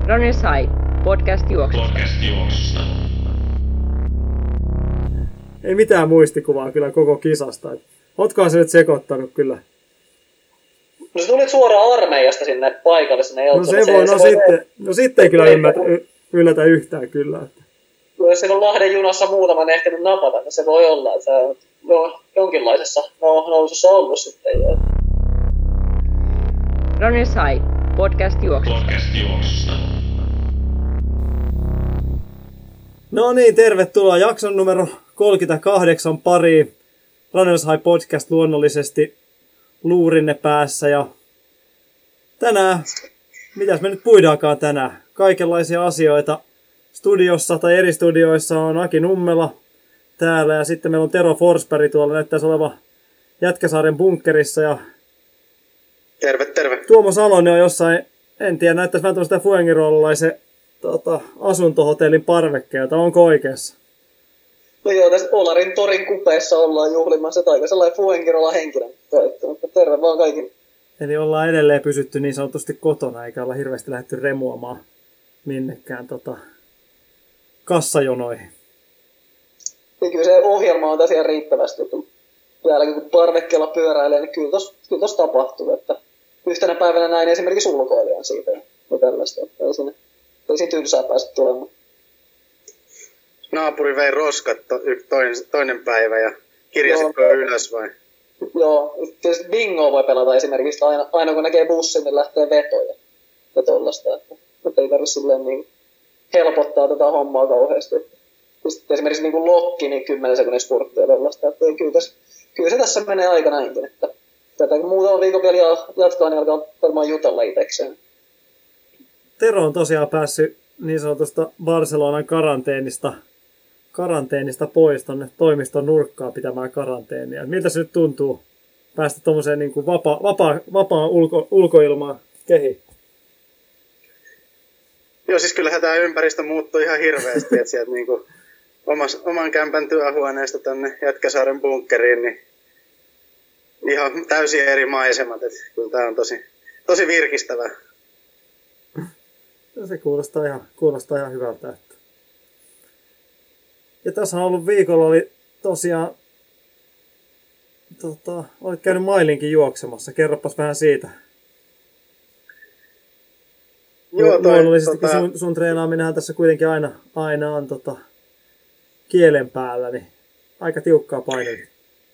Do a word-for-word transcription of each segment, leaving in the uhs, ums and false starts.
Runners High, podcast juoksusta. Podcast juoksusta. Ei mitään muistikuvaa kyllä koko kisasta. Ootkohan se nyt sekoittanut kyllä? No se tuli suoraan armeijasta sinne paikalle sinne No se voi, no, se sitten, no sitten ei kyllä yllätä, yllätä yhtään kyllä. Jos siinä on Lahden junassa muutaman ehtinyt napata, niin se voi olla, että se on no, jonkinlaisessa no, nousussa ollut sitten. Runners High, podcast juoksusta. Podcast juoksusta. No niin, tervetuloa jakson numero kolmekymmentäkahdeksan pariin. Runners High podcast luonnollisesti luurinne päässä. Ja tänään, mitäs me nyt puidaankaan tänään? Kaikenlaisia asioita. Studiossa tai eri studioissa on Aki Nummela täällä ja sitten meillä on Tero Forsberg tuolla näyttäisi oleva Jätkäsaaren bunkkerissa ja Terve, terve. Tuomo Salonen on jossain, en tiedä, näyttäisi vähän tämmöistä Fuengirollalaisen tota, asuntohotellin parvekkeelta. Onko oikeassa? No joo, tässä Olarin torin kupeessa ollaan juhlimassa, että aika sellainen Fuengirola henkinen projekti, mutta terve vaan kaikille. Eli ollaan edelleen pysytty niin sanotusti kotona, eikä olla hirveästi lähdetty remuamaan minnekään tota, kassajonoihin. Ja kyllä se ohjelma on tosiaan riittävästi, että täälläkin kun parvekkeella pyöräilee, niin kyllä tos, kyllä tos tapahtuu, että yhtenä päivänä näin esimerkiksi ulkoilijan siitä ja tällaista, että ei siinä, ei siinä tylsää pääse tulemaan. Naapuri vei roskat to, toinen, toinen päivä ja kirjasitko ylös vai? Joo, tietysti bingoa voi pelata esimerkiksi aina, aina kun näkee bussin, niin lähtee vetoja ja tollaista, että, että ei tarvitse silleen niin helpottaa tätä hommaa kauheasti. Sitten esimerkiksi niin kuin lokki, niin kymmenen sekunnin spurttia ja tollaista, että kyllä, tässä, kyllä se tässä menee aika näinkin, että tätä kun muutama viikon vielä jatkaa, niin alkaa varmaan jutella itsekseen. Tero on tosiaan päässyt niin sanotusta Barcelonan karanteenista, karanteenista pois tonne toimiston nurkkaan pitämään karanteenia. Miltä se nyt tuntuu päästä tuommoiseen niin kuin vapaa, vapaa, vapaan ulko, ulkoilmaan kehiin? Joo, siis kyllähän tämä ympäristö muuttui ihan hirveästi, että sieltä niinku omas, oman kämpän työhuoneesta tänne Jätkäsaaren bunkkeriin, niin ihan täysin eri maisemat, että kyllä tämä on tosi, tosi virkistävää. Se kuulostaa ihan, kuulostaa ihan hyvältä. Että. Ja tässä on ollut viikolla, oli tosiaan, tota, olit käynyt mailinkin juoksemassa. Kerropas vähän siitä. Joo, toi, luonnollisesti tota... sun, sun treenaaminenhan tässä kuitenkin aina, aina on tota, kielen päällä, niin aika tiukkaa paineita.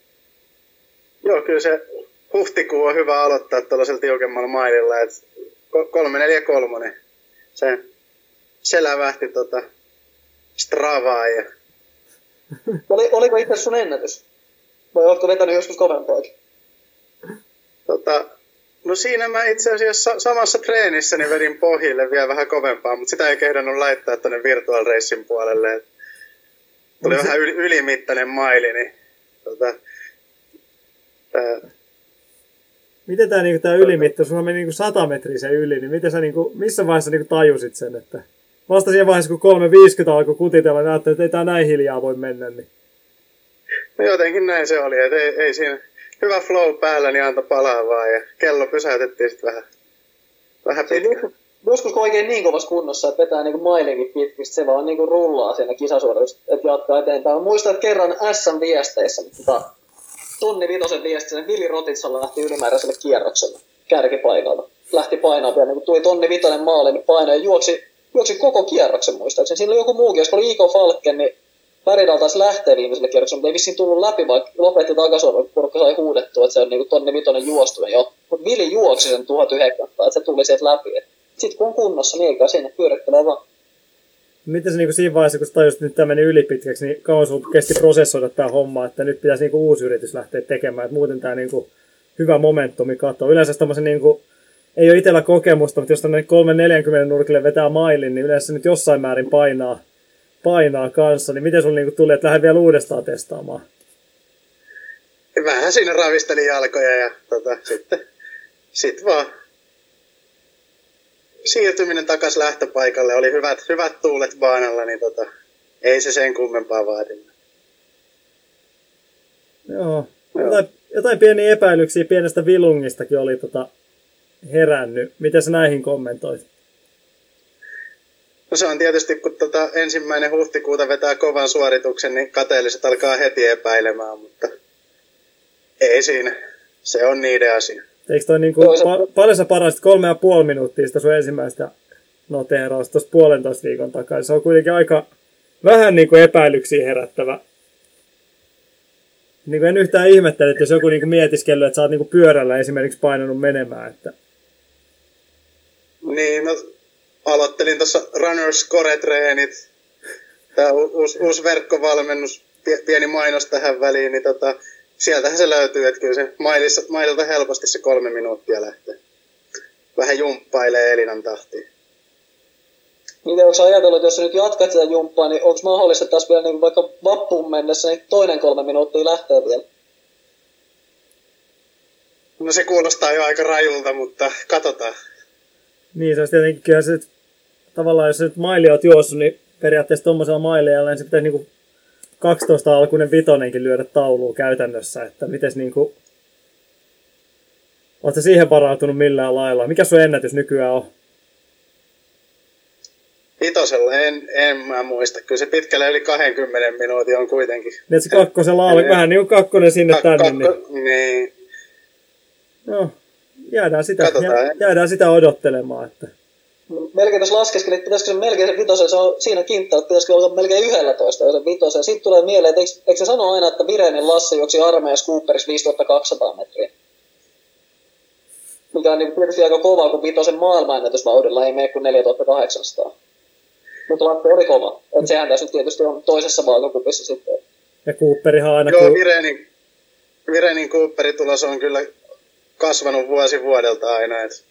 Joo, kyllä se huhtikuu on hyvä aloittaa tuollaisella tiukemmalla maililla, että kolme neljä kolme, se, se lävähti tota Stravaa. Ja... Oli, oliko itse sun ennätys? Vai oletko vetänyt joskus kovempaakin? Tota, no siinä mä itse asiassa samassa treenissä niin vedin pohjille vielä vähän kovempaa, mutta sitä ei kehdannut laittaa tuonne Virtual Racing puolelle. Tuli vähän yli, ylimittainen maili, niin tota, tää... Miten tämä niinku, ylimitta, sulla meni niinku sata metriä sen yli, niin miten sä, niinku, missä vaiheessa niinku tajusit sen, että vasta siinä vaiheessa, kun kolme viisikymmentä alkoi kutitella, niin ajattelin, että ei tää näin hiljaa voi mennä. Niin. No jotenkin näin se oli, että ei, ei siinä hyvä flow päällä, niin antoi palaa vaan ja kello pysäytettiin sitten vähän, vähän pitkään. Joskus kun oikein niin kovassa kunnossa, että vetää niinku mailinkin pitkistä, se vaan niinku rullaa siinä kisasuorituksessa, että jatkaa eteenpäin. Mä muistan, että kerran S M-viesteissä, mutta tonni vitosen viestissä, Vili Rotitsa lähti ylimääräiselle kierrokselle kärkipaikalta. Lähti painaa vielä, kun tuli tonni vitonen maalle, niin painoi ja juoksi, juoksi koko kierroksen muistaakseni. Siinä oli joku muukin, jos oli Iko Falken, niin Väridal taas lähtee viimeiselle kierrokselle, mutta ei vissiin tullut läpi, vaikka lopetti takasuoraan, kun porukka sai huudettua, että se on niin tonni vitonen juostu. Mutta Vili juoksi sen tuhatyhdeksänsataa, että se tuli sieltä läpi. Sitten kun on kunnossa, niin eikä sinne pyörittelee vaan. Miten se niin siinä vaiheessa, kun tajusit, että nyt tämä meni ylipitkäksi, niin kauan sinulla kesti prosessoida tämä homma, että nyt pitäisi niin uusi yritys lähteä tekemään, että muuten tämä niin hyvä momentumi katoo. Yleensä tommosen, niin kuin, ei ole itsellä kokemusta, mutta jos tämmöinen kolme neljäkymmentä nurkille vetää mailin, niin yleensä se nyt jossain määrin painaa, painaa kanssa. Niin miten sinulla niin tuli, että lähde vielä uudestaan testaamaan? Vähän siinä ravistelin jalkoja ja tota, sitten sit vaan siirtyminen takaisin lähtöpaikalle. Oli hyvät, hyvät tuulet baanalla, niin tota, ei se sen kummempaa vaadilla. Joo. Jotain, jotain pieniä epäilyksiä pienestä vilungistakin oli tota herännyt. Miten sä näihin kommentoit? No se on tietysti, kun tota ensimmäinen huhtikuuta vetää kovan suorituksen, niin kateelliset alkaa heti epäilemään, mutta ei siinä. Se on niiden asia. Eikö toi niinku, pa- paljon sä parasit kolme ja puoli minuuttia sitä sun ensimmäistä noteerausta tuossa puolentoista viikon takaa. Se on kuitenkin aika vähän niinku epäilyksiä herättävä. Niinku en yhtään ihmettele, että jos joku niinku mietiskellyt, että sä oot niinku pyörällä esimerkiksi painanut menemään. Että... Niin, mä aloittelin tuossa Runners Core-treenit. Tää u- uusi, uusi verkkovalmennus, pieni mainos tähän väliin, niin tota, sieltähän se löytyy, että kyllä se mailissa, maililta helposti se kolme minuuttia lähtee. Vähän jumppailee Elinan tahtiin. Miten onko ajatellut, että jos sä nyt jatkat sitä jumppaa, niin onko mahdollista, että taas vielä niin vaikka vappuun mennessä, niin toinen kolme minuuttia lähtee vielä? No se kuulostaa jo aika rajulta, mutta katsotaan. Niin, se olisi tietenkin kyllä se, tavallaan jos sä nyt maili oot juossut, niin periaatteessa tommosella mailijalla, niin se pitäisi niinku kaksitoista-alkuinen vitonenkin lyödä tauluun käytännössä, että mites niinku... Oletko siihen varautunut millään lailla? Mikä sun ennätys nykyään on? Vitosella en, en mä muista. Kyllä se pitkälle yli kaksikymmentä minuutin on kuitenkin. Niin, että se kakkosella on vähän niin kuin kakkonen sinne Kak- tänne. kakko, niin. niin. No, jäädään sitä, Katsotaan, jää, jäädään sitä odottelemaan. Että... Melkein tässä laskeskelin, että pitäisikö se melkein se vitosen, se on siinä kintta, että pitäisikö olla melkein yksitoista jo se vitosen. Sitten tulee mieleen, että eikö, eikö se sano aina, että Virenin Lasse juoksi armeijassa Cooperissa viisituhattakaksisataa metriä? Mikä on niin tietysti aika kova, kun vitosen maailmanennätysvauhdilla ei mene kuin neljätuhattakahdeksansataa. Mutta Lasse oli kova. Että sehän tässä nyt tietysti on toisessa vaakakupissa sitten. Ja Cooperihan aina... Joo, ku... Virenin, Virenin Cooperitulos on kyllä kasvanut vuosi vuodelta aina. Et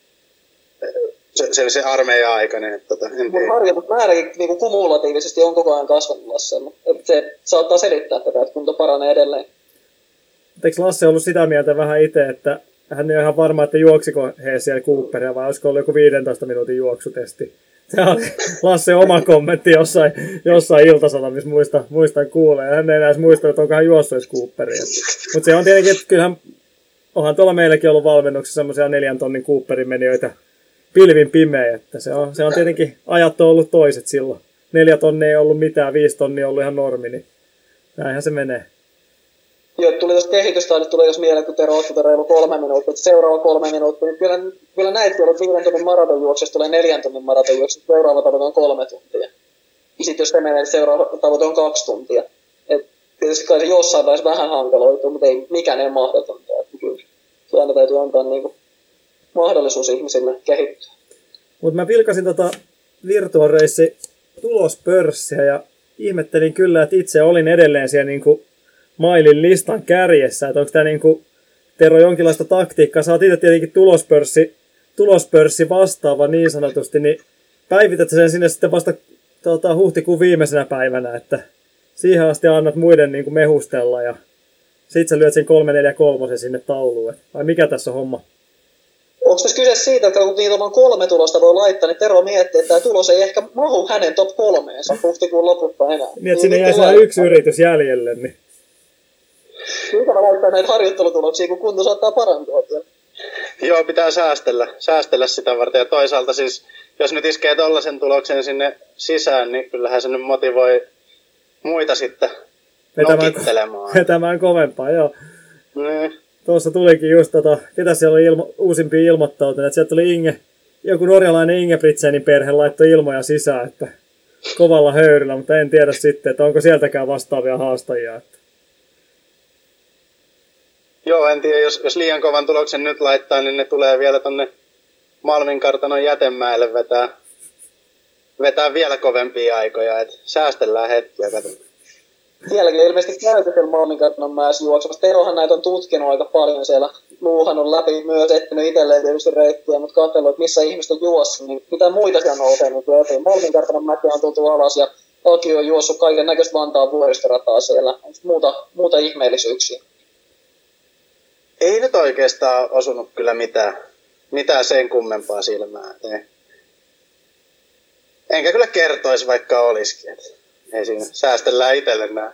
se, se, se armeija-aikainen. Että tota, Mutta harjoitusmääräkin niin kumulatiivisesti on koko ajan kasvanut Lassella. Että se saattaa selittää tätä, että kunto paranee edelleen. Eikö Lasse ollut sitä mieltä vähän itse, että hän ei ole ihan varma, että juoksiko he siellä Cooperia, vai olisiko ollut joku viidentoista minuutin juoksutesti? Se oli Lasse oma kommentti jossain, jossain Ilta-Sanomissa, muistan, muistan kuulee. Hän ei enää muista, että onko hän juossut edes Cooperia. Mutta se on tietenkin, että kyllähän onhan tuolla meilläkin ollut valmennuksessa semmoisia neljän tonnin Cooperin menijöitä pilvin pimeä, että se on, se on tietenkin, ajat on ollut toiset silloin. Neljä tonnia ei ollut mitään, viisi tonnia ollut ihan normi, niin näinhän se menee. Joo, tuli tuosta kehitystä, nyt tulee jos mieleen, kun Tero otti reilu kolme minuuttia, että seuraava kolme minuuttia, niin kyllä, kyllä näitä, että viiden tunnin maratonjuoksusta tulee neljän tunnin maratonjuoksusta, seuraava tavoite on kolme tuntia. Ja sitten jos se menee, niin seuraava tavoite on kaksi tuntia. Et tietysti kai se jossain vaiheessa vähän hankaloituu, mutta ei mikään ei ole mahdotonta. Että kyllä se aina täytyy antaa niinku mahdollisuus ihmisille kehittyä. Mutta mä vilkasin tota Virtual Race tulospörssiä ja ihmettelin kyllä, että itse olin edelleen siellä niinku mailin listan kärjessä, että onko tämä niinku, Tero, jonkinlaista taktiikkaa. Sä oot itse tietenkin tulospörssi, tulospörssi vastaava niin sanotusti, niin päivität sen sinne sitten vasta tota, huhtikuun viimeisenä päivänä, että siihen asti annat muiden niinku mehustella ja sit sä lyöt sen kolme neljä kolme sinne tauluun. Vai mikä tässä on homma? Onko tässä kyse siitä, että kun niitä on kolme tulosta voi laittaa, niin Tero miettii, että tämä tulos ei ehkä mahu hänen top kolmeensa huhtikuun lopussa enää. Niin, että sinne jäi siellä yksi yritys jäljelle, niin... Kuinka mä laittaa näitä harjoittelutuloksia, kun kunto saattaa parantua? Joo, pitää säästellä, säästellä sitä varten. Ja toisaalta siis, jos nyt iskee tollaisen tuloksen sinne sisään, niin kyllähän se nyt motivoi muita sitten nokittelemaan. Vetämään kovempaa, joo. Niin. Tuossa tulikin just tota, ketä siellä oli ilmo, uusimpia ilmoittautuneet. Sieltä tuli Inge, joku norjalainen Ingebrigtsenin perhe laittoi ilmoja sisään, että kovalla höyryllä, mutta en tiedä sitten, että onko sieltäkään vastaavia haastajia. Että. Joo, en tiedä, jos, jos liian kovan tuloksen nyt laittaa, niin ne tulee vielä tonne Malminkartanon Jätemäelle vetää, vetää vielä kovempia aikoja, että säästellään hetkiä, katsotaan. Sielläkin ilmeisesti käytetään Malminkartanon mäessä juoksemassa. Terohan näitä on tutkinut aika paljon siellä. Luuhan on läpi myös etsinyt itselleen tietysti reittiä, mutta katsellut, että missä ihmiset on juossut, niin mitä muita siellä nousee nyt eteen. Malminkartanon mäkiä on tultu alas ja Aki on juossut kaiken näköistä Vantaan vuoristorataa siellä. Muuta, muuta ihmeellisyyksiä. Ei nyt oikeastaan osunut kyllä mitään, mitään sen kummempaa silmään. Ei. Enkä kyllä kertoisi, vaikka olisikin. Ei siinä, säästellään itselle nää.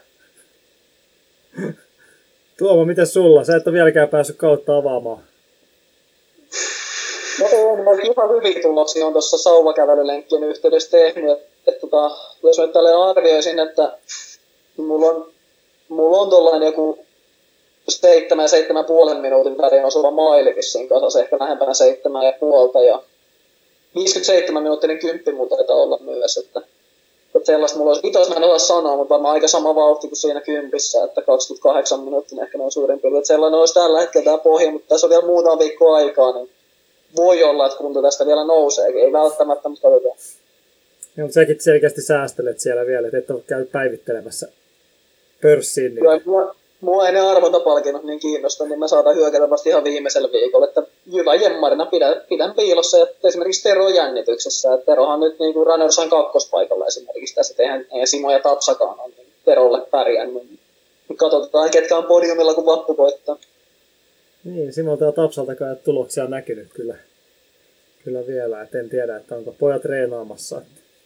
Tuomo, mites sulla? Sä et ole vieläkään päässyt kautta avaamaan. No on, mä ihan hyvin tuloksia on tuossa sauvakävelylenkkien yhteydessä tehnyt. Että, että, tota, jos nyt tälleen arvioisin, että mulla on, mulla on tollainen joku seitsemän, seitsemän puolen minuutin väliin osuva maili vissiin kasassa, ehkä lähempänä seitsemän ja puolta. Ja viisikymmentäseitsemän minuuttinen kymppi mulla taitaa olla myös, että, että sellaista mulla olisi, vitos mä en osaa sanoa, mutta varmaan aika sama vauhti kuin siinä kympissä, että kaksikymmentäkahdeksan minuuttia ehkä noin suurin piirtein. Että sellainen olisi tällä hetkellä tämä pohja, mutta tässä on vielä muutama viikko aikaa, niin voi olla, että kunto tästä vielä nousee, ei välttämättä, mutta katsotaan. Ja, mutta säkin selkeästi säästelet siellä vielä, että et ole käynyt päivittelemässä pörssiin. Niin... Kyllä, mua, mua ei ne arvontapalkinnot niin kiinnosta, niin mä saatan hyökätä vasta ihan viimeisellä viikolla, että hyvä jemmarina pidän, pidän piilossa, ja esimerkiksi Tero jännityksessä, että Terohan nyt niin kuin Runners on kakkospaikalla esimerkiksi tässä, että eihän, eihän Simo ja Tapsakaan ole niin Terolle pärjännyt. Niin katsotaan, ketkä on podiumilla, kun vappu koittaa. Niin, Simolta ja Tapsaltakaan ei tuloksia on näkynyt kyllä, kyllä vielä, et en tiedä, että onko pojat treenaamassa.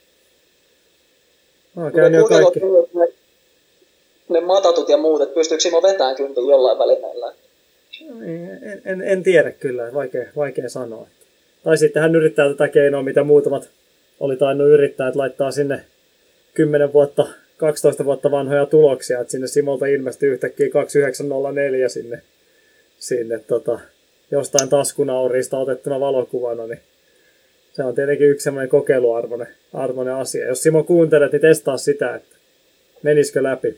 Mä oon käynyt jo kaikki. Ne, ne matatut ja muut, että pystyykö Simo vetämään kympin jollain välineellä? En, en, en tiedä kyllä, vaikea, vaikea sanoa. Tai sitten hän yrittää tätä keinoa, mitä muutamat oli tainnut yrittää, että laittaa sinne kymmenen vuotta, kaksitoista vuotta vanhoja tuloksia, että sinne Simolta ilmestyy yhtäkkiä kaksituhattayhdeksänsataa nolla neljä sinne. sinne tota, jostain taskunauriista otettuna valokuvana, niin se on tietenkin yksi semmoinen kokeiluarvoinen arvoinen asia. Jos Simo kuuntelet, niin testaa sitä, että menisikö läpi.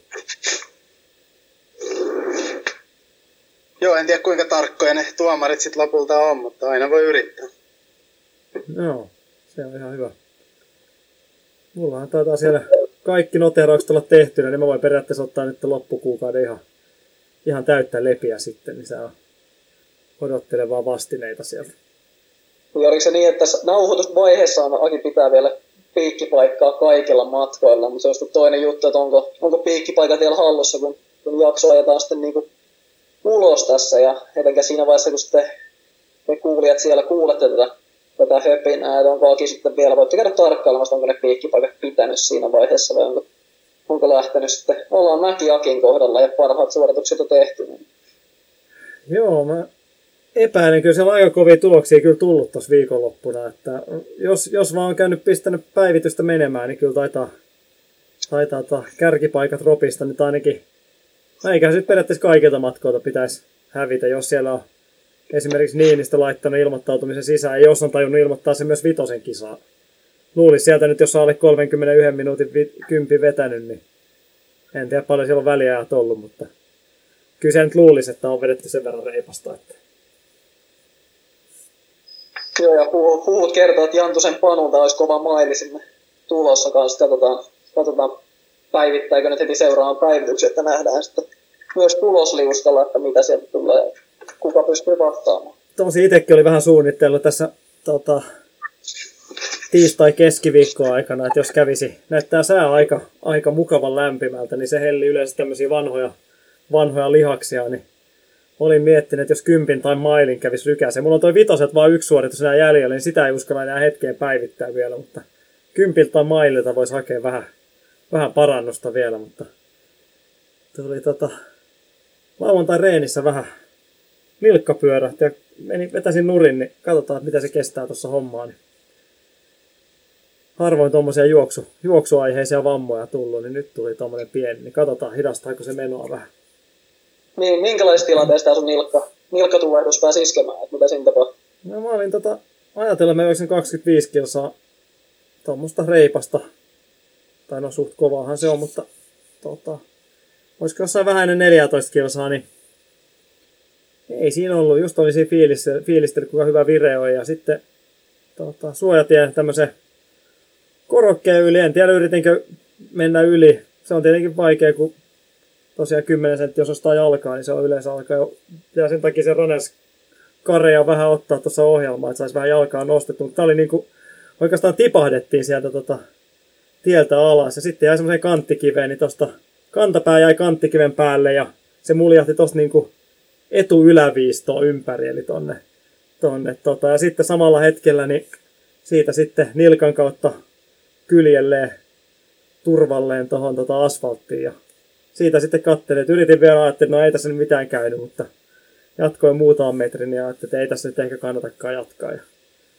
Joo, en tiedä kuinka tarkkoja ne tuomarit sitten lopulta on, mutta aina voi yrittää. Joo, se on ihan hyvä. Mullahan taitaa siellä kaikki noteraukset olla tehtynä, niin mä voin periaatteessa ottaa nyt loppukuukauden ihan ihan täyttä lepiä sitten, niin se on odottelevaa vastineita sieltä. Ja oliko se niin, että tässä nauhoitusvaiheessa on Aki pitää vielä piikkipaikkaa kaikilla matkoilla, mutta se on sitten toinen juttu, että onko, onko piikkipaikat vielä hallussa, kun, kun jakso ajetaan sitten niin kuin ulos tässä, ja etenkin siinä vaiheessa, kun sitten me kuulijat siellä kuulette tätä, tätä höpinää, että onko Aki sitten vielä, voitte käydä tarkkailemassa, onko ne piikkipaikat pitänyt siinä vaiheessa, vai onko Onko lähtenyt sitten, ollaan mäkin Akin kohdalla ja parhaat suoritukset on tehty. Niin. Joo, mä epäilen, kyllä siellä on aika kovia tuloksia kyllä tullut tuossa viikonloppuna. Että jos, jos vaan on käynyt pistänyt päivitystä menemään, niin kyllä taitaa, taitaa ta, kärkipaikat ropista nyt ainakin. Eiköhän sitten periaatteessa kaikilta matkoilta pitäisi hävitä, jos siellä on esimerkiksi Niinistö laittanut ilmoittautumisen sisään, ja jos on tajunnut ilmoittaa se myös vitosen kisaa. Luulisi sieltä nyt, jos on alle kolmekymmentäyksi minuutin vi- kympi vetänyt, niin en tiedä paljon siellä on väliajat ollut, mutta kyllä se nyt luulisi, että on vedetty sen verran reipasta. Että... Joo, ja puhut, puhut kertoo, että Jantusen Panulta olisi kova maili sinne tulossa kanssa. Katsotaan, katsotaan päivittääkö nyt heti seuraavan päivityksen, että nähdään sitten myös tulosliustalla, että mitä sieltä tulee, kuka pystyy vastaamaan. Tosi itsekin oli vähän suunnitellut tässä tota, tiistai-keskiviikkoa aikana, että jos kävisi, näyttää sää aika, aika mukavan lämpimältä, niin se helli yleensä tämmöisiä vanhoja, vanhoja lihaksia, niin olin miettinyt, että jos kympin tai mailin kävisi rykäse. Mulla on toi vitoset vaan yksi suoritus enää jäljellä, niin sitä ei uskalla enää hetkeen päivittää vielä, mutta kympiltä tai maililta voisi hakea vähän, vähän parannusta vielä, mutta tuli tota, lauantai reenissä vähän nilkkapyörähti ja menin, vetäsin nurin, niin katsotaan, että mitä se kestää tuossa hommaa. Niin harvoin tuommoisia juoksu, juoksuaiheisia vammoja tullut, niin nyt tuli tuommoinen pieni, niin katsotaan hidastaako se menoa vähän. Niin, minkälaisessa tilanteessa tämä sun nilkka, nilkkatulehdus pääsi iskemään, että mitä siinä tapahtuu? No mä olin tota, ajatella, mä juoksin kaksikymmentäviisi kilsaa tuommoista reipasta, tai no suht kovaahan se on, mutta tota, olisiko jossain vähän ennen neljätoista kilsaa, niin ei siinä ollut, just oli siinä fiilistely, kuinka hyvä vire on, ja sitten tota, suojatien tämmöisen korokkeen yli, en tiedä yritinkö mennä yli, se on tietenkin vaikea, kun tosiaan kymmenen senttiä, jos ostaa jalkaa, niin se on yleensä alkaa jo, ja sen takia se Runners kareja vähän ottaa tuossa ohjelmaa, että saisi vähän jalkaa nostettu, mutta tämä oli niinku, oikeastaan tipahdettiin sieltä tota, tieltä alas, ja sitten jäi semmoiseen kanttikiveen, niin tuosta kantapää jäi kanttikiven päälle, ja se muljahti tuosta niinku etuyläviistoon ympäri, eli tonne, tonne tota, ja sitten samalla hetkellä, niin siitä sitten nilkan kautta kyljelleen turvalleen tuohon tota asfalttiin, ja siitä sitten katselin, että yritin vielä ajattelin, että no ei tässä nyt mitään käynyt, mutta jatkoin muutaman metrin ja ajattelin, että ei tässä nyt ehkä kannatakaan jatkaa. Ja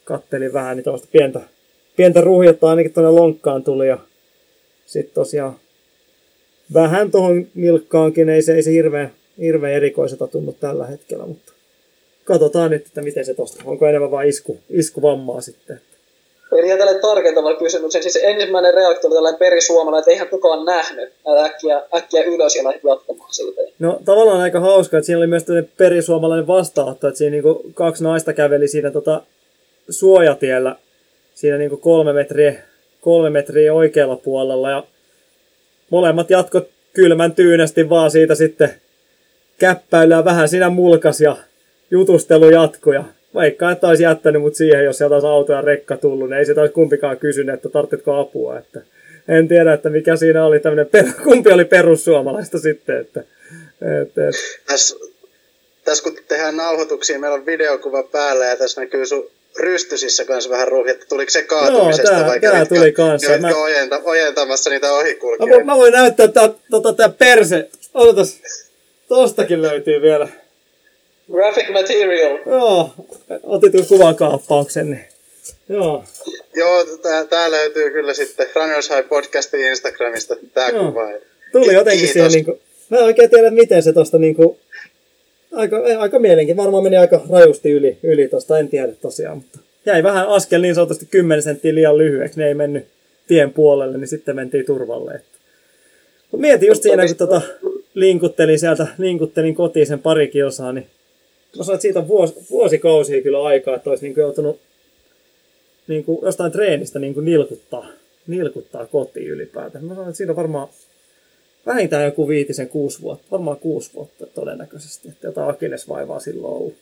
kattelin vähän, niin tuosta pientä, pientä ruhjetta ainakin tuonne lonkkaan tuli. Ja sitten tosiaan vähän tuohon nilkkaankin, ei se, ei se hirveän, hirveän erikoiselta tunnu tällä hetkellä, mutta katsotaan nyt, että miten se tosta, onko enemmän vain isku, iskuvammaa sitten. Eli ihan tällainen tarkentava kysymys. Siis ensimmäinen reaktio oli tällainen perisuomalainen, että eihän kukaan nähnyt äkkiä, äkkiä ylös ja lähti jatkamaan siitä. No tavallaan aika hauska, että siinä oli myös tämmöinen perisuomalainen vastaanotto, että siinä niinku kaksi naista käveli siinä tota suojatiellä siinä niinku kolme metriä, kolme metriä oikealla puolella ja molemmat jatkot kylmän tyynesti vaan siitä sitten käppäilyä vähän siinä mulkas ja jutustelu jatkui. Vaikka että olisi jättänyt mut siihen, jos sieltä olisi auto ja rekka tullut, niin ei sitä olisi kumpikaan kysynyt, että tarvitsetko apua. Että en tiedä, että mikä siinä oli tämmöinen, per, kumpi oli perussuomalaista sitten. Että, et, et. Tässä, tässä kun tehdään nauhoituksia, meillä on videokuva päällä ja tässä näkyy sun rystysissä kanssa vähän ruhjetta. Tuliko se kaatumisesta? Joo, tää, vai tää tuli kanssa. Mä... Ojenta, ojentamassa niitä ohikulkijoita? Mä, voin, mä voin näyttää tää, tota, tää perse. Odotas, tostakin löytyy vielä. Graphic material. Joo, otin kuvakaappauksen. Niin. Joo. Joo, tää, tää löytyy kyllä sitten Runners High podcastin Instagramista tää Joo. kuva. Tuli jotenkin siihen niinku, mä en oikein tiedä miten se tosta niinku, aika, aika mielenkiin, varmaan meni aika rajusti yli, yli tosta, en tiedä tosiaan, mutta jäi vähän askel niin sanotusti kymmenen senttiä liian lyhyeksi, ne ei mennyt tien puolelle, niin sitten mentiin turvalle. Mut mietin just siinä, kun tota linkuttelin sieltä, linkuttelin kotiin sen pari kilsaa, niin mä sanoin, että siitä on vuos, vuosikausia kyllä aikaa, että olisi niinku joutunut niinku jostain treenistä niinku nilkuttaa, nilkuttaa kotiin ylipäätään. Mä sanoin, että siinä on varmaan vähintään joku viitisen kuusi vuotta, varmaan kuusi vuotta todennäköisesti, että jotain akillesvaivaa silloin ollut.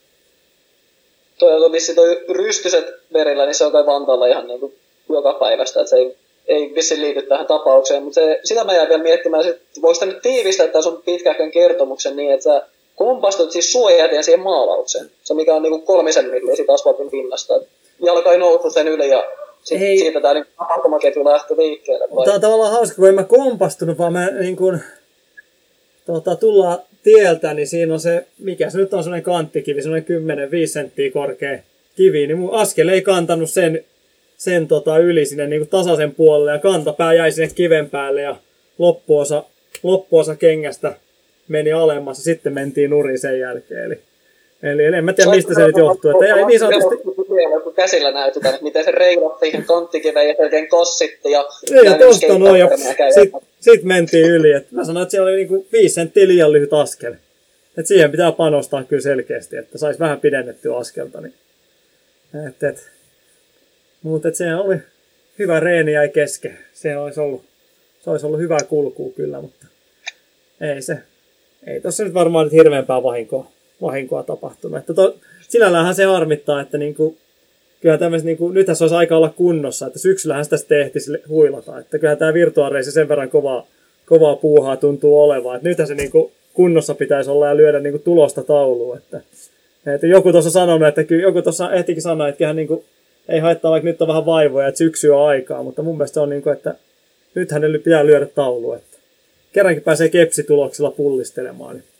Toi on vissi toi rystyset verillä, niin se on kai Vantaalla ihan niinku joka päivästä, että se ei, ei vissi liity tähän tapaukseen, mutta se, sitä mä jäin vielä miettimään, että voiko sitä nyt tiivistää tämän sun pitkähkön kertomuksen niin, että sä kompastut siis suojatien siihen maalaukseen, se mikä on niinku kolmisen milliä siitä asfaltin pinnasta. Jalka ei noussut sen yli ja sit, siitä tämä niin tapahtumaketju lähti liikkeelle. Tämä on tavallaan hauska, kun en mä kompastunut, vaan mä niin kun, tota, tullaan tieltä, niin siinä on se, mikä se nyt on sellainen kanttikivi, sellainen kymmenen viisi senttiä korkea kivi, niin mun askel ei kantanut sen, sen tota, yli sinne niin tasaisen puolelle ja kantapää jäi sinne kiven päälle ja loppuosa, loppuosa kengästä meni alemmas ja sitten mentiin nurin sen jälkeen. Eli, eli en mä tiedä mistä se nyt johtuu, että jäi niin sanotusti... Kun käsillä näytetään, että miten se reilatti ihan kanttikiveen ja selkeän kossitti ja... Niin, ja tosta noin ja sit, sit mentiin yli. Et mä sanoin, että siellä oli niinku viisi senttiä liian lyhyt askel. Et siihen pitää panostaa kyllä selkeästi, että sais vähän pidennettyä askelta. Niin. Et, et. Mutta se oli hyvä reeni jäi kesken. Se olisi ollut, se olisi ollut hyvää kulkua kyllä, mutta ei se. Ei tossa nyt varmaan nyt hirveämpää vahinkoa, vahinkoa tapahtunut. Että to, sinälläänhän se harmittaa, että niinku, kyllä tämmöiset, niinku, nythän se olisi aika olla kunnossa, että syksyllähän sitä sitten ehtisi huilata. Että kyllähän tämä virtuaalireissi sen verran kovaa, kovaa puuhaa tuntuu olevan. Että nythän se niinku, kunnossa pitäisi olla ja lyödä niinku, tulosta tauluun. Että, että joku tuossa sanonut, että kyllä, joku tuossa ehtikin sanoa, että kyllähän niinku, ei haittaa, vaikka nyt on vähän vaivoja, että syksy on aikaa. Mutta mun mielestä se on, niinku, että nythän ne pitää lyödä tauluun. Että kerrankin pääsee kepsituloksilla pullistelemaan. Niin.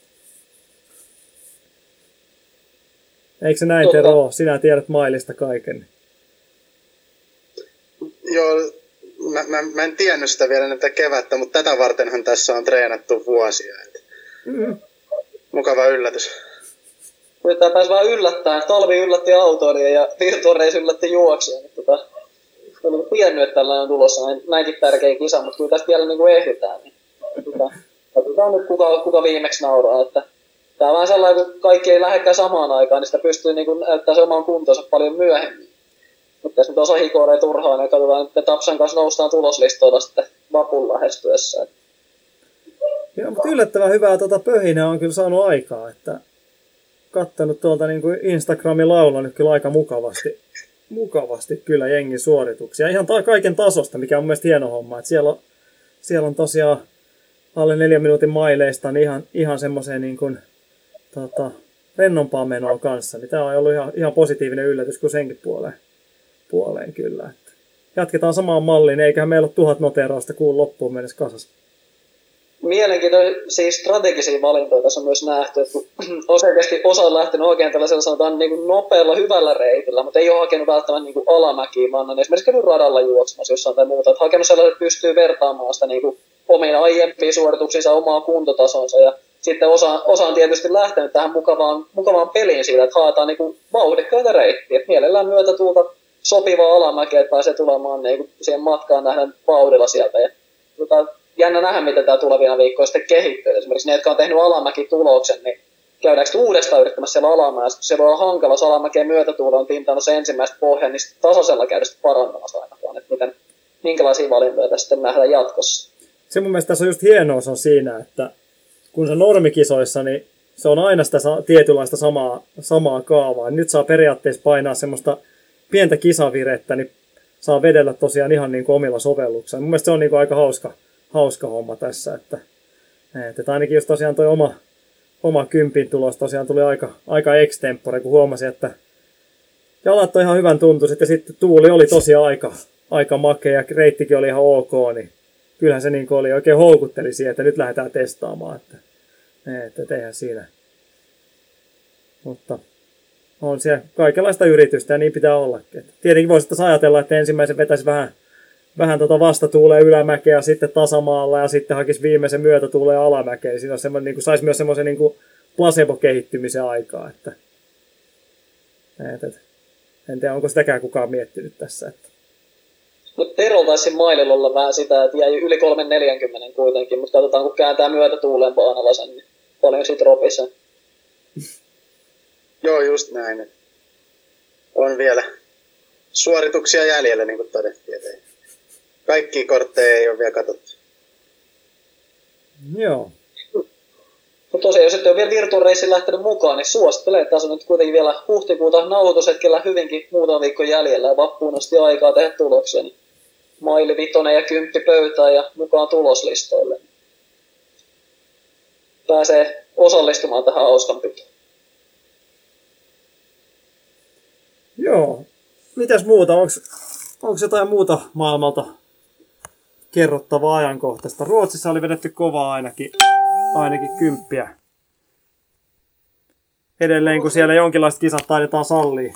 Eikö se näin, Tero, ole? Sinä tiedät mailista kaiken. Joo, mä, mä, mä en tiennyt sitä vielä näitä kevättä, mutta tätä vartenhan tässä on treenattu vuosia. Mm. Mukava yllätys. Nyt tämä pääsi vaan yllättämään. Talvi yllätti autoilija ja virtuaalireissi yllätti juoksija. Tota, olen tiennyt, että tällainen on tulossa näinkin tärkeä kisa, mutta kyllä tästä vielä niin ehditään. Niin, tota, katsotaan nyt, kuka, kuka viimeksi nauraa. Että tämä on vähän sellainen, kun kaikki ei lähdekään samaan aikaan, niin sitä pystyy niin näyttämään se oman kuntonsa paljon myöhemmin. Mutta jos nyt osa hikoilee turhaan, niin katsotaan, että Tapsan kanssa noustaan tuloslistoilla sitten vapun lähestyessä. Joo, mutta yllättävän hyvää tuota pöhinää on kyllä saanut aikaa, että kattanut tuolta niin kuin Instagramin laulla nyt kyllä aika mukavasti, mukavasti kyllä jengin suorituksia. Ihan ta- kaiken tasosta, mikä on mun mielestä hieno homma. Että siellä, on, siellä on tosiaan alle neljän minuutin maileista niin ihan, ihan semmoiseen niin kuin, tota, rennompaan menoon kanssa. Niin tämä on ollut ihan, ihan positiivinen yllätys kuin senkin puoleen, puoleen kyllä. Että jatketaan samaan malliin, eiköhän meillä ole tuhat noterausta kuun loppuun mennessä kasassa. mielenkiintoisia strategisia valintoja tässä on myös nähty, että on selkeästi osa on lähtenyt oikein tällaisella sanotaan niin kuin nopealla, hyvällä reitillä, mutta ei ole hakenut välttämättä niin kuin alamäkiä, vaan on esimerkiksi käynyt radalla juoksemassa jossain tai muuta, että hakenut sellainen, että pystyy vertaamaan sitä niin kuin omia aiempia suorituksia, omaa kuntotasonsa, ja sitten osa, osa on tietysti lähtenyt tähän mukavaan, mukavaan peliin siitä, että haetaan niin kuin vauhdikkaita reittiä, että mielellään myötätuulta sopivaa alamäkeä, että pääsee tulemaan niin kuin siihen matkaan nähdään vauhdilla sieltä, ja tota, jännä nähdä, miten tämä tulevina viikkoina sitten kehittyy. Esimerkiksi ne, jotka on tehnyt alamäki-tuloksen, niin käydäänkö uudestaan yrittämässä siellä alamäessä, kun se voi olla hankala, jos alamäkeen myötätuulo on tintannut se ensimmäistä pohjaa, niin tasaisella käydä sitten parantamassa ainakaan, että miten, minkälaisia valintoja tässä sitten nähdään jatkossa. Se mun mielestä tässä on just hienous on siinä, että kun se normikisoissa, niin se on aina sitä tietynlaista samaa, samaa kaavaa. Nyt saa periaatteessa painaa semmoista pientä kisavirettä, niin saa vedellä tosiaan ihan niin kuin omilla sovelluksilla. Mun mielestä se on niin kuin aika hauska, hauska homma tässä, että, että ainakin jos tosiaan toi oma, oma kympin tulos tosiaan tuli aika, aika extempore, kun huomasin, että jalat on ihan hyvän tuntuiset ja sitten tuuli oli tosiaan aika, aika makea ja reittikin oli ihan ok, niin kyllähän se niin kuin oli oikein houkutteli siihen, että nyt lähdetään testaamaan, että, että eihän siinä. Mutta on siellä kaikenlaista yritystä ja niin pitää ollakin. Että tietenkin voisi taas ajatella, että ensimmäisen vetäisi vähän, vähän tota vastatuuleen ylämäkeä, sitten tasamaalla ja sitten hakisi viimeisen myötätuuleen alamäkeä. Siinä on niin kuin, saisi myös semmoisen niin kuin placebo-kehittymisen aikaa. Että, että, että, en tiedä, onko sitäkään kukaan miettinyt tässä. Että. No Tero taisi maililla olla vähän sitä, että jäi yli kolme neljäkymmentä kuitenkin, mutta katsotaan kun kääntää myötätuuleen paanalaisen, niin paljon siitä ropissa. Joo, just näin. On vielä suorituksia jäljellä, niin kuin todettiin. Kaikkia kortteja ei ole vielä katsottu. Joo. No tosiaan, jos ette ole vielä Virtual Racing lähtenyt mukaan, niin suosittelen, että tässä on nyt kuitenkin vielä huhtikuuta nauhoitushetkellä hyvinkin muutama viikko jäljellä ja vappuun asti aikaa tehdä tuloksia. Niin maili, vitonen ja kymppi pöytään ja mukaan tuloslistoille. Pääsee osallistumaan tähän hauskanpitoon. Joo. Mitäs muuta? Onko, onko jotain muuta maailmalta kerrottavaa ajankohtaista? Ruotsissa oli vedetty kovaa ainakin, ainakin kymppiä. Edelleen, kun siellä jonkinlaiset kisat taidetaan sallia.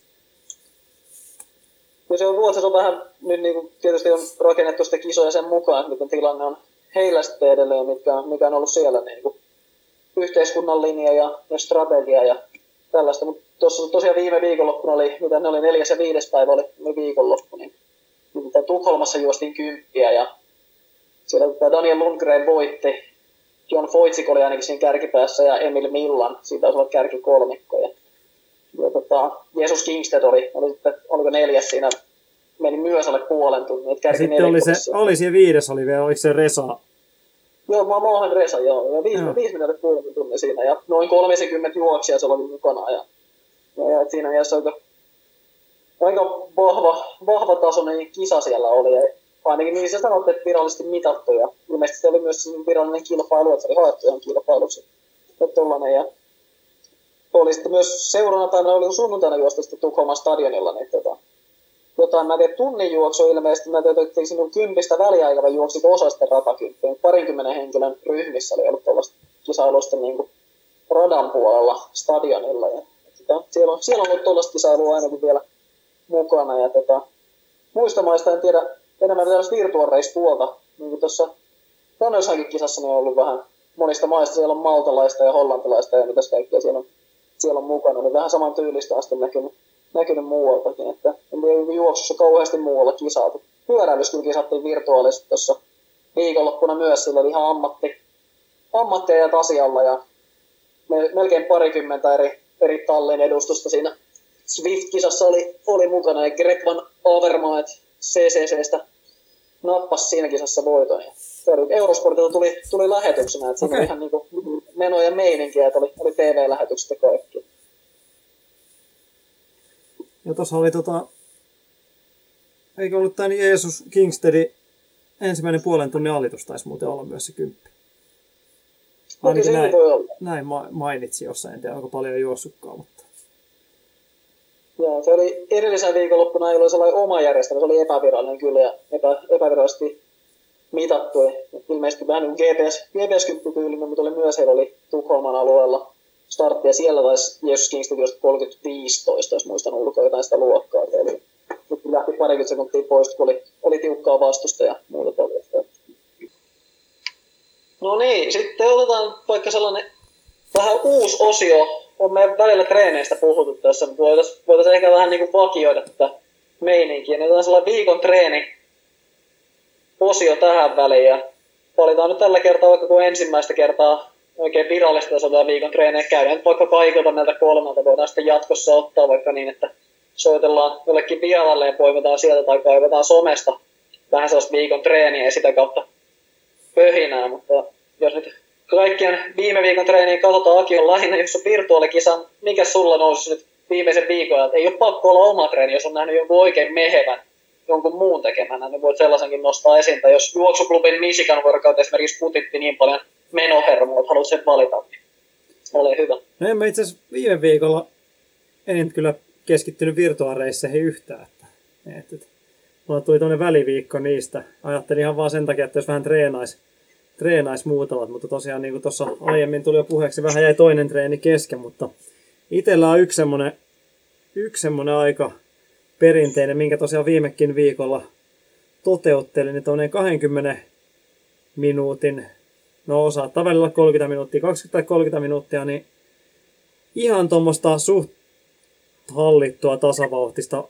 Ja se on Ruotsissa on vähän, nyt niin kuin tietysti on rakennettu sitä kisoja sen mukaan, että miten tilanne on heillä sitten edelleen, mitkä, mikä on ollut siellä niin kuin yhteiskunnan linja ja, ja strategia ja tällaista. Mutta tuossa tosiaan viime viikonloppuna oli, mitä ne oli neljäs ja viides päivä oli, oli viikonloppu, niin, niin Tukholmassa juostiin kymppiä ja siellä Daniel Lundgren voitti. John Foitsik oli ainakin siinä kärkipäässä ja Emil Millan, siitä taisi olla kärkikolmikko. Ja, ja tota, Jesus Kingsted oli, oli sitten, oliko neljäs siinä, meni myös alle puolen tunnin. Sitten oli, se, oli siellä viides, oli vielä, oliko se Resa? Joo, mä Mohan Resa, joo. Ja viisi, joo. viisi minuutin puolen tunnin siinä ja noin kolmekymmentä juoksia se oli mukana. Ja, ja, ja siinä mielessä aika, aika vahva, vahva tasoinen kisa siellä oli. Ja ainakin niin se sanottu, että virallisesti mitattu ja ilmeisesti se oli myös virallinen kilpailu, että se oli haettu ihan kilpailuksi. Ja oli sitten myös seurana oli sunnuntaina juosta sitten Tukholman stadionilla, niin tota, jotain, mä en tiedä, tunnin juoksu ilmeisesti, mä tiedän, että sinun kympistä väliaikava juoksi osa sitten ratakymppiä, parinkymmenen henkilön ryhmissä oli ollut tuollaista kisailusta niin kuin radan puolella stadionilla. Ja, sitä, siellä, on, siellä on ollut tuollaista kisailua ainakin vielä mukana. Ja tota, muista maista en tiedä enemmän tällaista Virtual Race-puolta, niin kuin tuossa Runners-Highin kisassa niin on ollut vähän monista maista, siellä on maltalaista ja hollantilaista ja mitäs kaikkea siellä on, siellä on mukana, niin vähän saman tyylistä asti näkynyt, näkynyt muualtakin, että en tiedä juoksussa kauheasti muualla kisaatu. Pyöräilys kyllä kisattiin virtuaalisesti tuossa viikonloppuna myös, sillä oli ihan ammatti, ammattiajat asialla ja melkein parikymmentä eri, eri tallin edustusta siinä Swift-kisassa oli, oli mukana ja Greg Van Avermaet C C C:stä nappasi siinä kisassa voiton. Ja Eurosportilta tuli, tuli lähetyksenä, että siinä okay. Oli ihan niinku meno ja meininkiä, että oli, oli T V-lähetykset ja kaikki. Ja tuossa oli tota, eikö ollut tämä Jesus Kingstedin ensimmäinen puolen tunnin alitus taisi muuten olla myös se kymppi. Ainakin näin, näin mainitsi jossain, en tiedä onko paljon juossutkaan, mutta... Joo, se oli edellisen viikonloppuna, ei ollut sellainen oma järjestelmä, se oli epävirallinen kyllä ja epä, epävirallisesti mitattu. Ilmeisesti vähän niin G P S, G P S-kymppityylinen, mutta oli myös heillä oli Tukholman alueella startti, ja siellä taisi Jesus Kingston kolmekymmentä viisitoista, jos muistan ulkoa jotain sitä luokkaa. Eli nyt lähti parikymmentä sekuntia pois, kun oli, oli tiukkaa vastusta ja muuta tällaista. No niin, sitten otetaan vaikka sellainen vähän uusi osio. On meidän välillä treeneistä puhuttu tässä, mutta voitaisiin voitais ehkä vähän niin kuin vakioida tätä meininkiä. Niin otetaan sellainen viikon treeni osio tähän väliin. Ja valitaan nyt tällä kertaa, vaikka kun ensimmäistä kertaa oikein virallista tasoa viikon treenejä käydään. Nyt vaikka kaikilta näiltä kolmelta voidaan sitten jatkossa ottaa vaikka niin, että soitellaan jollekin vieralle ja poimitaan sieltä tai kaivetaan somesta vähän sellaista viikon treeniä ja sitä kautta pöhinää. Mutta jos nyt kaikkien viime viikon treeniä katsotaan, Aki on lähinnä, jos on virtuaalikisa, mikä sulla nousi nyt viimeisen viikon, että ei ole pakko olla oma treeni, jos on nähnyt jonkun oikein mehevän, jonkun muun tekemänä, niin voit sellaisenkin nostaa esiin. Tai jos juoksuklubin Michigan Workout esimerkiksi putitti niin paljon menohermoa, että haluat sen valita, niin ole hyvä. No en mä itse asiassa viime viikolla en kyllä keskittynyt virtuaaleisseihin yhtään. Että, että, että, mulla tuli tuonne väliviikko niistä. Ajattelin ihan vaan sen takia, että jos vähän treenaisi treenais muutamat, mutta tosiaan niin kuin tuossa aiemmin tuli jo puheeksi, vähän jäi toinen treeni kesken, mutta itsellä on yksi semmoinen, yksi semmoinen aika perinteinen, minkä tosiaan viimekin viikolla toteuttelin, niin tuollainen kaksikymmentä minuutin, no saattaa välillä kolmekymmentä minuuttia, kaksikymmentä tai kolmekymmentä minuuttia, niin ihan tuommoista suht hallittua tasavauhtista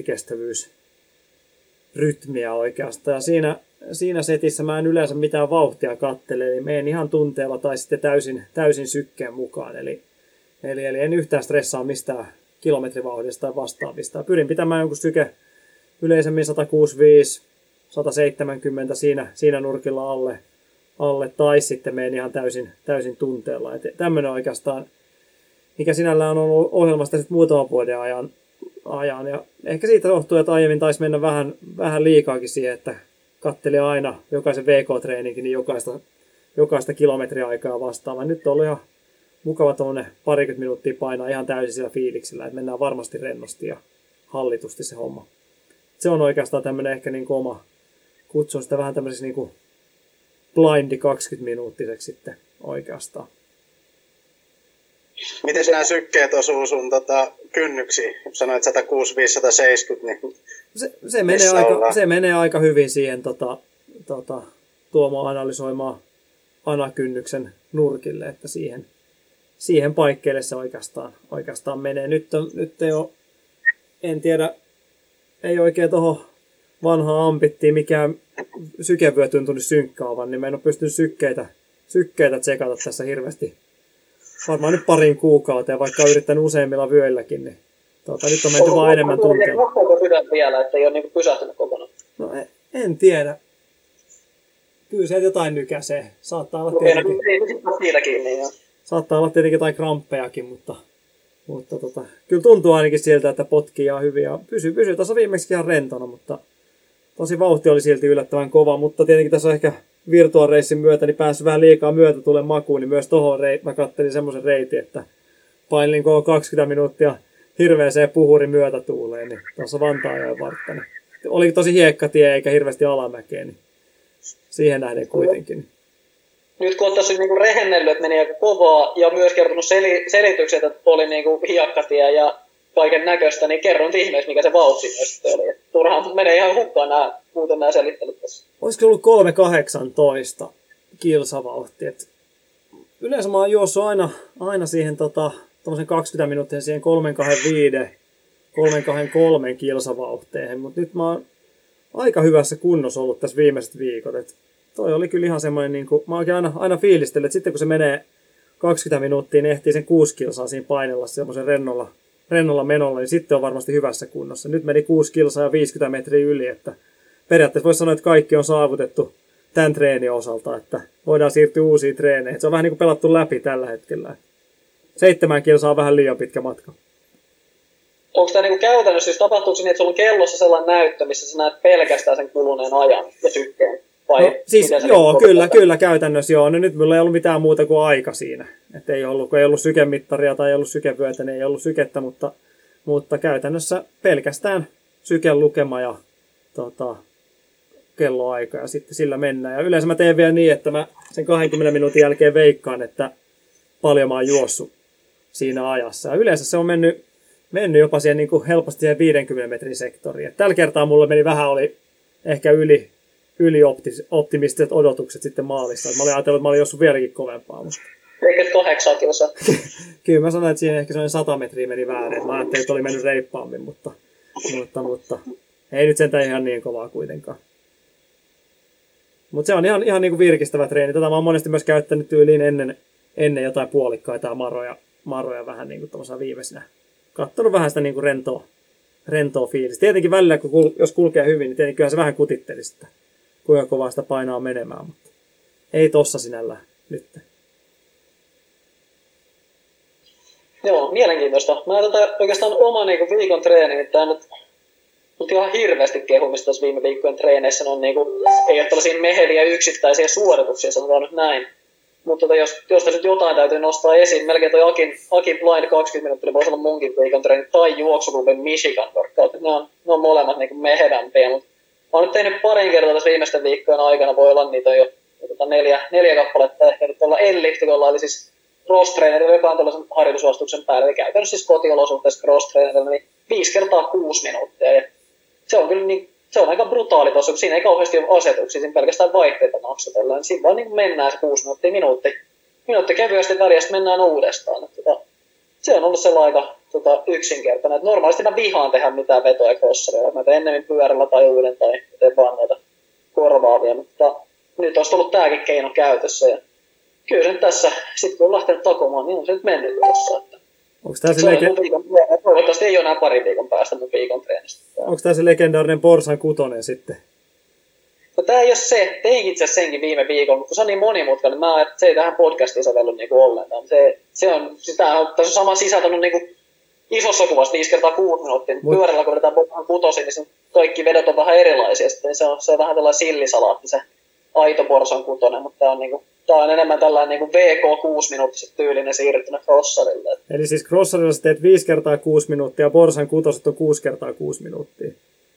vauhtikestävyysrytmiä oikeastaan. Ja siinä, siinä setissä mä en yleensä mitään vauhtia kattele, eli menen ihan tunteella tai sitten täysin, täysin sykkeen mukaan. Eli, eli, eli en yhtään stressaa mistään kilometrivauhdista tai vastaavista. Pyrin pitämään jonkun syke yleisemmin sata kuusikymmentäviisi sata seitsemänkymmentä siinä, siinä nurkilla alle, alle, tai sitten menen ihan täysin, täysin tunteella. Et tämmöinen oikeastaan, mikä sinällään on ollut ohjelmasta sitten muutaman vuoden ajan, ajan. Ja ehkä siitä johtuu, että aiemmin taisi mennä vähän, vähän liikaakin siihen, että katselin aina jokaisen V K-treeninkin, niin jokaista, jokaista kilometriaikaa vastaavaa. Nyt on ollut ihan mukava tuommoinen parikymmentä minuuttia painaa ihan täysin sillä fiiliksillä, että mennään varmasti rennosti ja hallitusti se homma. Se on oikeastaan tämmöinen ehkä niin kuin oma, kutsun sitä vähän tämmöiseksi niin kuin blindi kaksikymmentä minuuttiseksi sitten oikeastaan. Miten nämä sykkeet osuu sun tota, kynnyksiin? Sanoit sata kuusikymmentäviisi sata seitsemänkymmentä, niin se, se, menee aika, se menee aika hyvin siihen tota, tota, Tuomo analysoimaan anakynnyksen nurkille, että siihen, siihen paikkeelle se oikeastaan, oikeastaan menee. Nyt, on, nyt ei ole, en tiedä, ei oikein tuohon vanhaan ambittiin mikään sykevyö tuntunut synkkaavan, niin mä en ole pystynyt sykkeitä, sykkeitä tsekata tässä hirveästi. Varmaan nyt parin kuukauteen, vaikka olen yrittänyt useimmilla vyöilläkin, niin tuota, nyt on menty vaan enemmän tunteella. Onko sydän vielä, että ei ole niin pysähtynyt kokonaan? No en, en tiedä. Kyllä se jotain nykäisee. Saattaa olla tietenkin, niin saattaa olla tietenkin jotain kramppejakin, mutta, mutta tota, kyllä tuntuu ainakin siltä, että potkii ihan hyvin. Ja pysyy, pysyy tässä viimeksi ihan rentona, mutta tosi vauhti oli silti yllättävän kova, mutta tietenkin tässä on ehkä virtuaalireissin myötä niin päässyt vähän liikaa myötä tulee makuun, niin myös tohon reit, mä kattelin semmoisen reitin, että painelin koko kaksikymmentä minuuttia hirveäseen puhurin myötätuuleen, niin tuossa Vantaajoen vartta. Niin oli tosi hiekkatie eikä hirveästi alamäkeä, niin siihen nähden kuitenkin. Nyt kun on tässä niinku rehennellyt, että meni aika kovaa ja myös kertonut seli- selitykset, että oli niinku hiekkatie ja kaiken näköistä, niin kerron ihmeessä, mikä se vauhti myös oli. Turhaan menee ihan hukkaan nämä, muuten nämä selittelyt tässä. Olisiko ollut kolme kahdeksantoista kilsavauhti? Et yleensä mä oon juossut aina, aina siihen tota, kaksikymmentä minuuttia siihen kolme kaksikymmentäviisi kolme kaksikymmentäkolme kilsavauhteihin, mutta nyt mä oon aika hyvässä kunnossa ollut tässä viimeiset viikot. Et toi oli kyllä ihan semmoinen, niin kuin, mä oikein aina, aina fiilistellyt, että sitten kun se menee kaksikymmentä minuuttia, niin ehtii sen kuusi kilsaa siinä painella semmoisen rennolla, rennolla menolla, niin sitten on varmasti hyvässä kunnossa. Nyt meni kuusi kilsaa ja viisikymmentä metriä yli, että periaatteessa voisi sanoa, että kaikki on saavutettu tämän treenin osalta, että voidaan siirtyä uusiin treeneihin. Se on vähän niin kuin pelattu läpi tällä hetkellä. Seitsemän kilsaa on vähän liian pitkä matka. Onko tämä niinku käytännössä, siis tapahtuuko niin, että sulla on kellossa sellainen näyttö, missä sä näet pelkästään sen kuluneen ajan ja sykkeen? Vai no, siis joo, niin kyllä, kyllä käytännössä joo. No, nyt minulla ei ollut mitään muuta kuin aika siinä. Et ei ollut, kun ei ollut sykemittaria tai ei ollut sykevyötä, niin ei ollut sykettä, mutta, mutta käytännössä pelkästään sykelukema ja tota, kelloaika ja sitten sillä mennään. Ja yleensä mä teen vielä niin, että mä sen kahdenkymmenen minuutin jälkeen veikkaan, että paljon mä oon juossut siinä ajassa. Ja yleensä se on mennyt, mennyt jopa siihen niin kuin helposti siihen viidenkymmenen metrin sektoriin. Et tällä kertaa mulla meni vähän, oli ehkä yli, yli optimistiset odotukset sitten maalissa. Et mä olin ajatellut, että mä olin juossut vieläkin kovempaa. Mutta... Eikä kahdeksan kilsaa. Kyllä mä sanoin, että siinä ehkä sellainen sata metriä meni väärin. Mä ajattelin, että oli mennyt reippaammin, mutta, mutta, mutta ei nyt sentään ihan niin kovaa kuitenkaan. Mutta se on ihan, ihan niin kuin virkistävä treeni. Tätä mä oon monesti myös käyttänyt tyyliin ennen, ennen jotain puolikkaita ja maroja, maroja vähän niin kuin tuollaisena viimeisenä. Kattonut vähän sitä niin kuin rentoa, rentoa fiilistä. Tietenkin välillä, kun kul, jos kulkee hyvin, niin tietenkin se vähän kutittelisi sitä, kuinka kovaa sitä painaa menemään. Mutta ei tossa sinällään nyt. Joo, mielenkiintoista. Mä tota, oikeastaan oma niinku, viikon treeni, niin tää nyt, nyt ihan hirveästi kehumista tässä viime viikkojen treeneissä. Ne on, niinku, ei ole tällaisia meheliä yksittäisiä suorituksia, sanotaan nyt näin. Mutta tota, jos, jos tässä nyt jotain täytyy nostaa esiin, melkein toi Akin, Akin Blind kaksikymmentä minuuttia voisi olla munkin viikon treeni, tai juoksuklubin Michigan workout. Ne on, ne on molemmat niinku mehevämpiä, mutta mä oon nyt tehnyt parin kertaa tässä viimeisten viikkojen aikana, voi olla niitä jo tota, neljä, neljä kappaletta, ehkä nyt tuolla elliptikolla, eli siis cross-trainerilla, joka on tällaisen harjoitusvastuksen päällä, eli käytännössä siis kotiolosuhteessa cross-trainerilla, niin viisi kertaa kuusi minuuttia. Ja se on kyllä niin, se on aika brutaali tossa, kun siinä ei kauheasti ole asetuksia, siinä pelkästään vaihteita maksatellaan. Siinä vaan niin mennään se kuusi minuuttia, minuutti, minuutti kevyesti väliä, sitten mennään uudestaan. Et, tota, se on ollut sellainen aika tota, yksinkertainen. Et normaalisti mä vihaan tehdä mitään vetoja crosseria. Mä teen ennemmin pyörällä tai uuden tai teen vaan noita korvaavia, mutta nyt olisi tullut tääkin keino käytössä. Ja kyllä se nyt tässä, sit kun on lähtenyt takomaan, niin on se nyt mennyt tuossa. Onko tämä se, se lege- viikon, toivottavasti ei ole enää pari viikon päästä mun viikon treenistä. Onko tämä se legendaarinen Borsan kutonen sitten? No tää ei ole se, tein itse asiassa senkin viime viikon, mutta kun se on niin monimutkainen, mä ajattelin, että se ei tähän podcastiin sovellu niinku ollenkaan. Se, se on, sitä on, tässä on sama sisältänyt niinku isossa kuvassa viisi kertaa kuusi minuuttia. Mut pyörällä kun vedetään Borsan kutosin, niin kaikki vedot on vähän erilaisia. Sitten se on, se on vähän tällainen sillisalaatti se aito Borsan kutonen, mutta tää on niinku... Tämä on enemmän tällainen niin kuin V K kuusi-minuuttiset tyylinen siirryttynä crossarille. Eli siis crossarilla sä teet viisi kertaa kuusi minuuttia ja Borsan kutoset on kuusi kertaa kuusi minuuttia.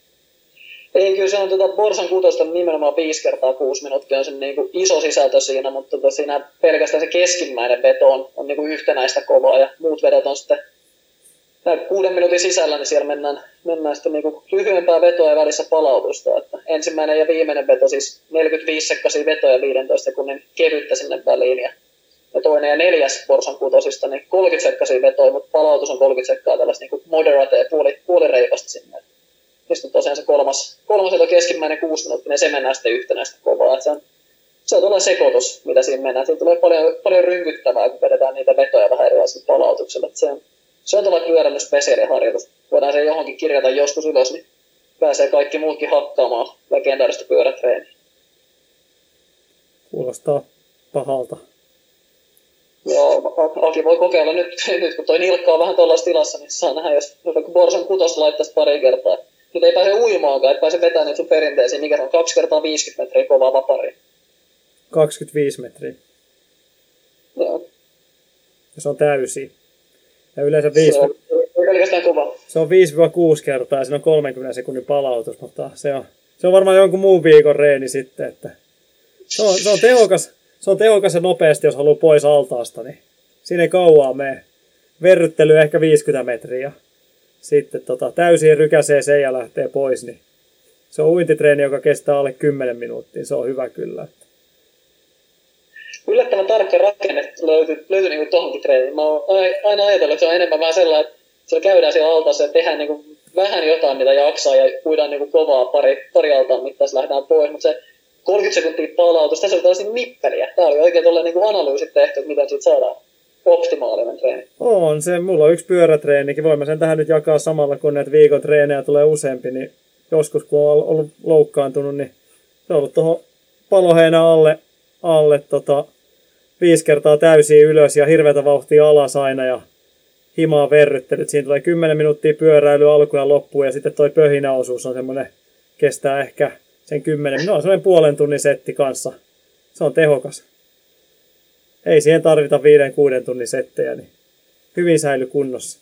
Ei, kyllä se on tuota, Borsan kutosta nimenomaan viisi kertaa kuusi minuuttia on se niin kuin iso sisältö siinä, mutta tuota, siinä pelkästään se keskimmäinen veto on, on niin kuin yhtenäistä kovaa ja muut vedot on sitten kuuden minuutin sisällä, niin siellä mennään, mennään sitten niin kuin lyhyempää vetoa ja välissä palautusta. Että ensimmäinen ja viimeinen veto, siis neljäkymmentäviisi sekkaisia vetoja ja viisitoista sekunnin kevyttä sinne väliin. Ja, ja toinen ja neljäs Borsan kutosista, niin kolmekymmentä sekkaisia vetoja, mutta palautus on kolmekymmentä sekkaa tällaista niin kuin moderate ja puoli, puolireipasta sinne. Ja sitten tosiaan se kolmas, kolmas veto keskimmäinen kuusi minuuttia, niin se mennään sitten yhtenäistä kovaa. Että se on, se on tuollainen sekoitus, mitä siinä mennään. Siinä tulee paljon, paljon rynkyttävää, kun vedetään niitä vetoja vähän erilaisilla palautuksella. Se on, Se on tällainen pyöräilyn spesiaaliharjoitus. Voidaan se johonkin kirjata joskus ylös, niin pääsee kaikki muutkin hakkaamaan legendaarista pyörätreeniä. Kuulostaa pahalta. Joo, Aki voi kokeilla nyt, nyt kun toi nilkka on vähän tuollaisessa tilassa, niin saa nähdä, jos Borsan kutos laittaisi pari kertaa. Nyt ei pääse uimaankaan, et pääse vetämään niitä sun perinteisiä, mikä on kaksi kertaa viisikymmentä metriä kovaa vaparia. kaksikymmentäviisi metriä. Joo. Ja se on täysi. Ja yleensä viisi... Se on pelkästään kova. Se on viisi kuusi kertaa ja siinä on kolmenkymmenen sekunnin palautus, mutta se on, se on varmaan jonkun muun viikon reeni sitten, että se on, se on tehokas, se on tehokas ja nopeasti, jos haluaa pois altaasta, niin siinä ei kauaa mene. Verryttely ehkä viisikymmentä metriä. Sitten tota, täysin rykäsee sen ja lähtee pois, niin se on uintitreeni, joka kestää alle kymmenen minuuttia, se on hyvä kyllä. Yllättävän tarkka rakenne löytyi, löytyi niin tuohonkin treeniin. Mä oon aina ajatellut, että se on enemmän vähän sellainen, että siellä käydään siellä altaassa ja tehdään niin kuin vähän jotain, mitä jaksaa ja uidaan niin kuin kovaa pari, pari altaan mittaista lähdetään pois. Mutta se kolmekymmentä sekuntia palautus, tässä oli tällaisia nippeliä. Tämä oli oikein tuollainen niin analyysit tehty, että miten siitä saadaan optimaalinen treeni. On se, mulla on yksi pyörätreenikin. Voin mä sen tähän nyt jakaa samalla, kun näitä viikon treenejä tulee useampi. Niin joskus kun on ollut loukkaantunut, niin se on ollut tuohon paloheinän alle, alle tota, viisi kertaa täysiä ylös ja hirveätä vauhtia alas aina ja himaa verryttelyt. Siinä tulee kymmenen minuuttia pyöräily alku ja loppu ja sitten toi pöhinäosuus on semmoinen, kestää ehkä sen kymmenen, no on semmoinen puolen tunnin setti kanssa. Se on tehokas. Ei siihen tarvita viiden, kuuden tunnin settejä, niin hyvin säily kunnossa.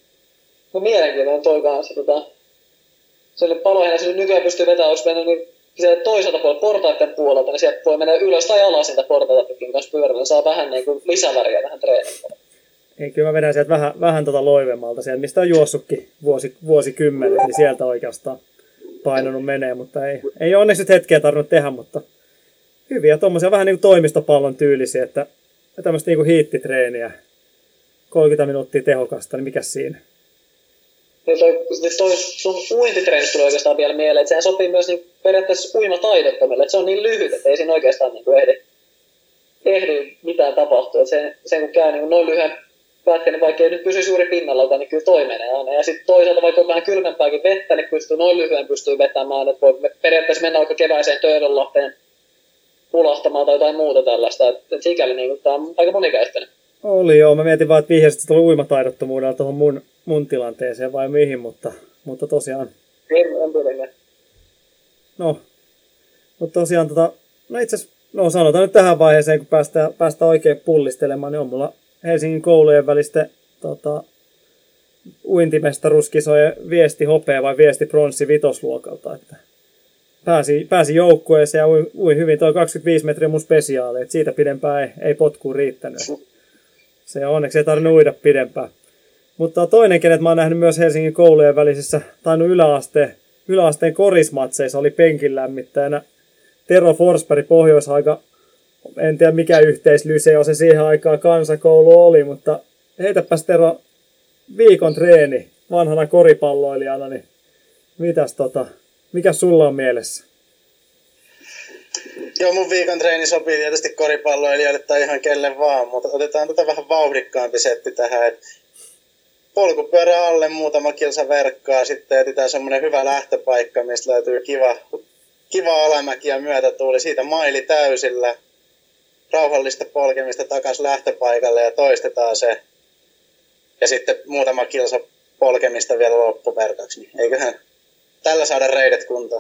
No mielenkiintoinen toi kanssa. Tota, se oli paloheinä, se nykyään pystyy vetämään, olisi mennyt niin se toiselta puolelta portaiden puolelta, niin sieltä voi mennä ylös tai alas niitä portaita pitkin kanssa pyörällä, niin saa vähän niin kuin lisäväriä tähän treeniin. Ei, kyllä mä vedän sieltä vähän, vähän tota loivemmalta, sieltä mistä on juossutkin vuosi, vuosikymmenet, niin sieltä oikeastaan painonut menee, mutta ei, ei onneksi nyt hetkeä tarvinnut tehdä, mutta hyviä tuommoisia vähän niin kuin toimistopallon tyylisiä, että tämmöistä niin kuin hiittitreeniä, kolmekymmentä minuuttia tehokasta, niin mikäs siinä? Ja toi, toi sun uintitreenistä tuli oikeastaan vielä mieleen, että sehän sopii myös niin periaatteessa uimataidottomille, että se on niin lyhyt, että ei siinä oikeastaan niin kuin ehdi, ehdi mitään tapahtua. Että sen, sen kun käy niin noin lyhyen pätkän, niin vaikka ei nyt pysyisi juuri pinnalla, niin kyllä toi menee aina. Ja sitten toisaalta vaikka on vähän kylmempääkin vettä, niin pystyy noin lyhyen pystyy vetämään, että voi periaatteessa mennä vaikka keväiseen Töölönlahteen pulahtamaan tai jotain muuta tällaista. Että sikäli niin tämä on aika monikäyttäinen. Oli joo, mä mietin vaan, että vihjasit, että tuli uimataidottomuudella tuohon mun, mun tilanteeseen vai mihin, mutta, mutta tosiaan. En, en tietenkään. No, mutta tosiaan, tota, no itse asiassa, no sanotaan nyt tähän vaiheeseen, kun päästään, päästään oikein pullistelemaan, niin on mulla Helsingin koulujen välistä tota, uintimestaruuskisojen viesti hopea vai viesti pronssi vitosluokalta, että pääsi, pääsi joukkueeseen ja uin, uin hyvin, toi kaksikymmentäviisi metriä mun spesiaali, että siitä pidempään ei, ei potkuun riittänyt. Se onneksi ei tarvinnut uida pidempään. Mutta toinen, kenet mä oon nähnyt myös Helsingin koulujen välisissä, tainnut yläasteen, yläasteen korismatseissa, oli penkin lämmittäjänä Tero Forsberg Pohjois-aika. En tiedä mikä yhteislyseo se siihen aikaan kansakoulu oli, mutta heitäpäs Tero viikon treeni vanhana koripalloilijana, niin mitäs tota, mikä sulla on mielessä? Joo, mun viikon treeni sopii tietysti koripalloilijoille tai ihan kelle vaan, mutta otetaan tätä vähän vauhdikkaampi setti tähän. Et polkupyörä alle, muutama kilsa verkkaa, sitten etsitään semmoinen hyvä lähtöpaikka, mistä löytyy kiva, kiva alamäki ja myötätuuli. Siitä maili täysillä, rauhallista polkemista takaisin lähtöpaikalle ja toistetaan se. Ja sitten muutama kilsa polkemista vielä loppuverkaksi. Niin eiköhän tällä saada reidet kuntoon.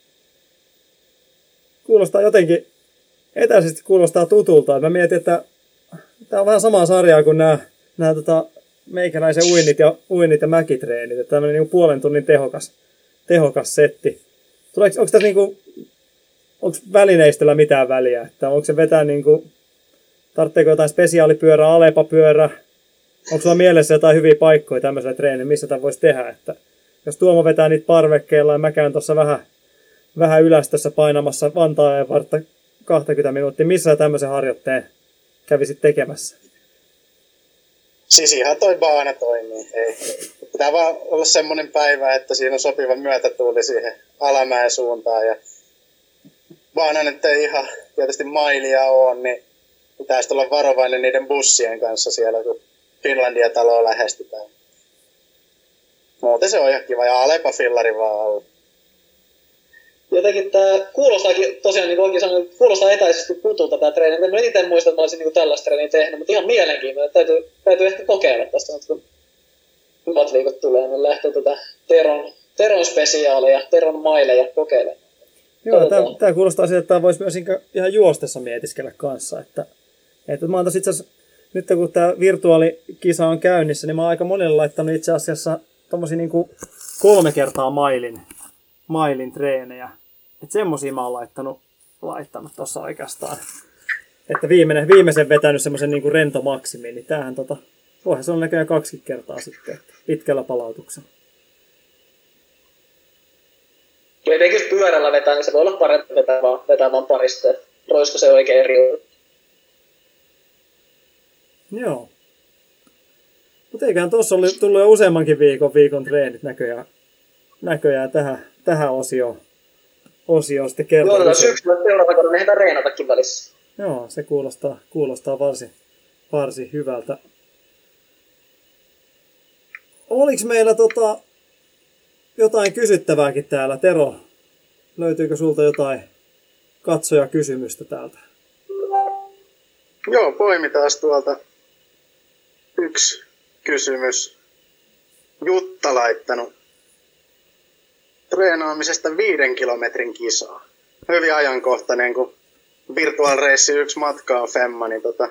Kuulostaa jotenkin, etäisesti kuulostaa tutulta. Mä mietin, että tää on vähän samaa sarjaa kuin nämä, nämä tota, meikäläisen uinnit ja, uinnit ja mäkitreenit. Että tämmöinen niin puolen tunnin tehokas, tehokas setti. Tuleeko, onko tässä niinku, onko välineistöllä mitään väliä? Että onko se vetää niinku, tarvitseeko jotain spesiaalipyörää, alepapyörä? Onko sulla mielessä jotain hyviä paikkoja tämmöiselle treenille, missä tämä voisi tehdä? Että jos Tuomo vetää niitä parvekkeilla ja mä käyn tuossa vähän, vähän ylästössä painamassa Vantaan vartta kaksikymmentä minuuttia, missä tämmöisen harjoitteen kävisit tekemässä? Siis ihan toi baana toimii. Ei. Pitää vaan olla semmoinen päivä, että siinä on sopiva myötätuuli siihen alamäen suuntaan. Ja baana nyt ei ihan tietysti mailia ole, niin pitäisi olla varovainen niiden bussien kanssa siellä, kun Finlandia-taloa lähestytään. Muuten se on ihan kiva. Ja alepa fillari vaan alla. Jotenkin tämä kuulostaakin tosiaan, niin kuin oikein sanoin, kuulostaa etäisesti tutulta tämä treeni. En itse muista, että mä olisin niin tällaista treeniä tehnyt, mutta ihan mielenkiintoinen. Täytyy, täytyy ehkä kokeilla tästä, kun hyvät viikot tulee, niin lähtee tätä Teron, Teron spesiaalia, Teron maileja kokeilemaan. Joo, tämä kuulostaa siltä, että tämä voisi myös ihan juostessa mietiskellä kanssa. Että, että mä oon itse asiassa, nyt kun tämä virtuaalikisa on käynnissä, niin mä oon aika monelle laittanut itse asiassa tommosia niin kuin kolme kertaa mailin, mailin treenejä. Että semmosia mä oon laittanut, laittanut tuossa oikeastaan. Että viimeinen, viimeisen vetänyt semmoisen niin kuin rentomaksimiin, niin tämähän tota, voihan se on näköjään kaksi kertaa sitten, pitkällä palautuksella. Ja etenkin jos pyörällä vetää, niin se voi olla parempi vetää vaan, vetää vaan parista, että roisko se oikein eri. Joo. Mutta eiköhän tuossa oli tullut jo useammankin viikon, viikon treenit näköjään, näköjään tähän, tähän osioon. Osioon sitten kertaa. Joo, tätä syksyllä seuraava kerran ehditään reenatakin välissä. Joo, se kuulostaa, kuulostaa varsin, varsin hyvältä. Oliko meillä tota, jotain kysyttävääkin täällä? Tero, löytyykö sulta jotain katsojakysymystä täältä? Joo, poimitaan tuolta yksi kysymys. Jutta laittanut treenaamisesta viiden kilometrin kisaa. Hyvin ajankohtainen, kun Virtual Race yksi matka on femma, niin tota,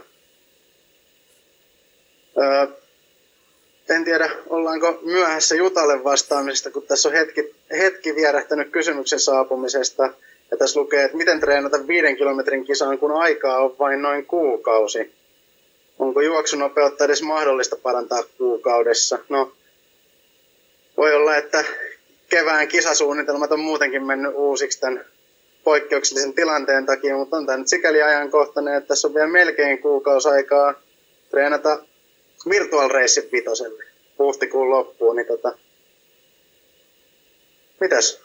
öö, en tiedä, ollaanko myöhässä Jutalle vastaamisesta, kun tässä on hetki, hetki vierähtänyt kysymyksen saapumisesta. Ja tässä lukee, että miten treenata viiden kilometrin kisaan, kun aikaa on vain noin kuukausi. Onko juoksunopeutta edes mahdollista parantaa kuukaudessa? No, voi olla, että kevään kisasuunnitelmat on muutenkin mennyt uusiksi tämän poikkeuksellisen tilanteen takia, mutta on tämä nyt sikäli ajankohtainen, että tässä on vielä melkein kuukausi aikaa treenata Virtual Race vitoselle huhtikuun loppuun. Niin tota, mitäs?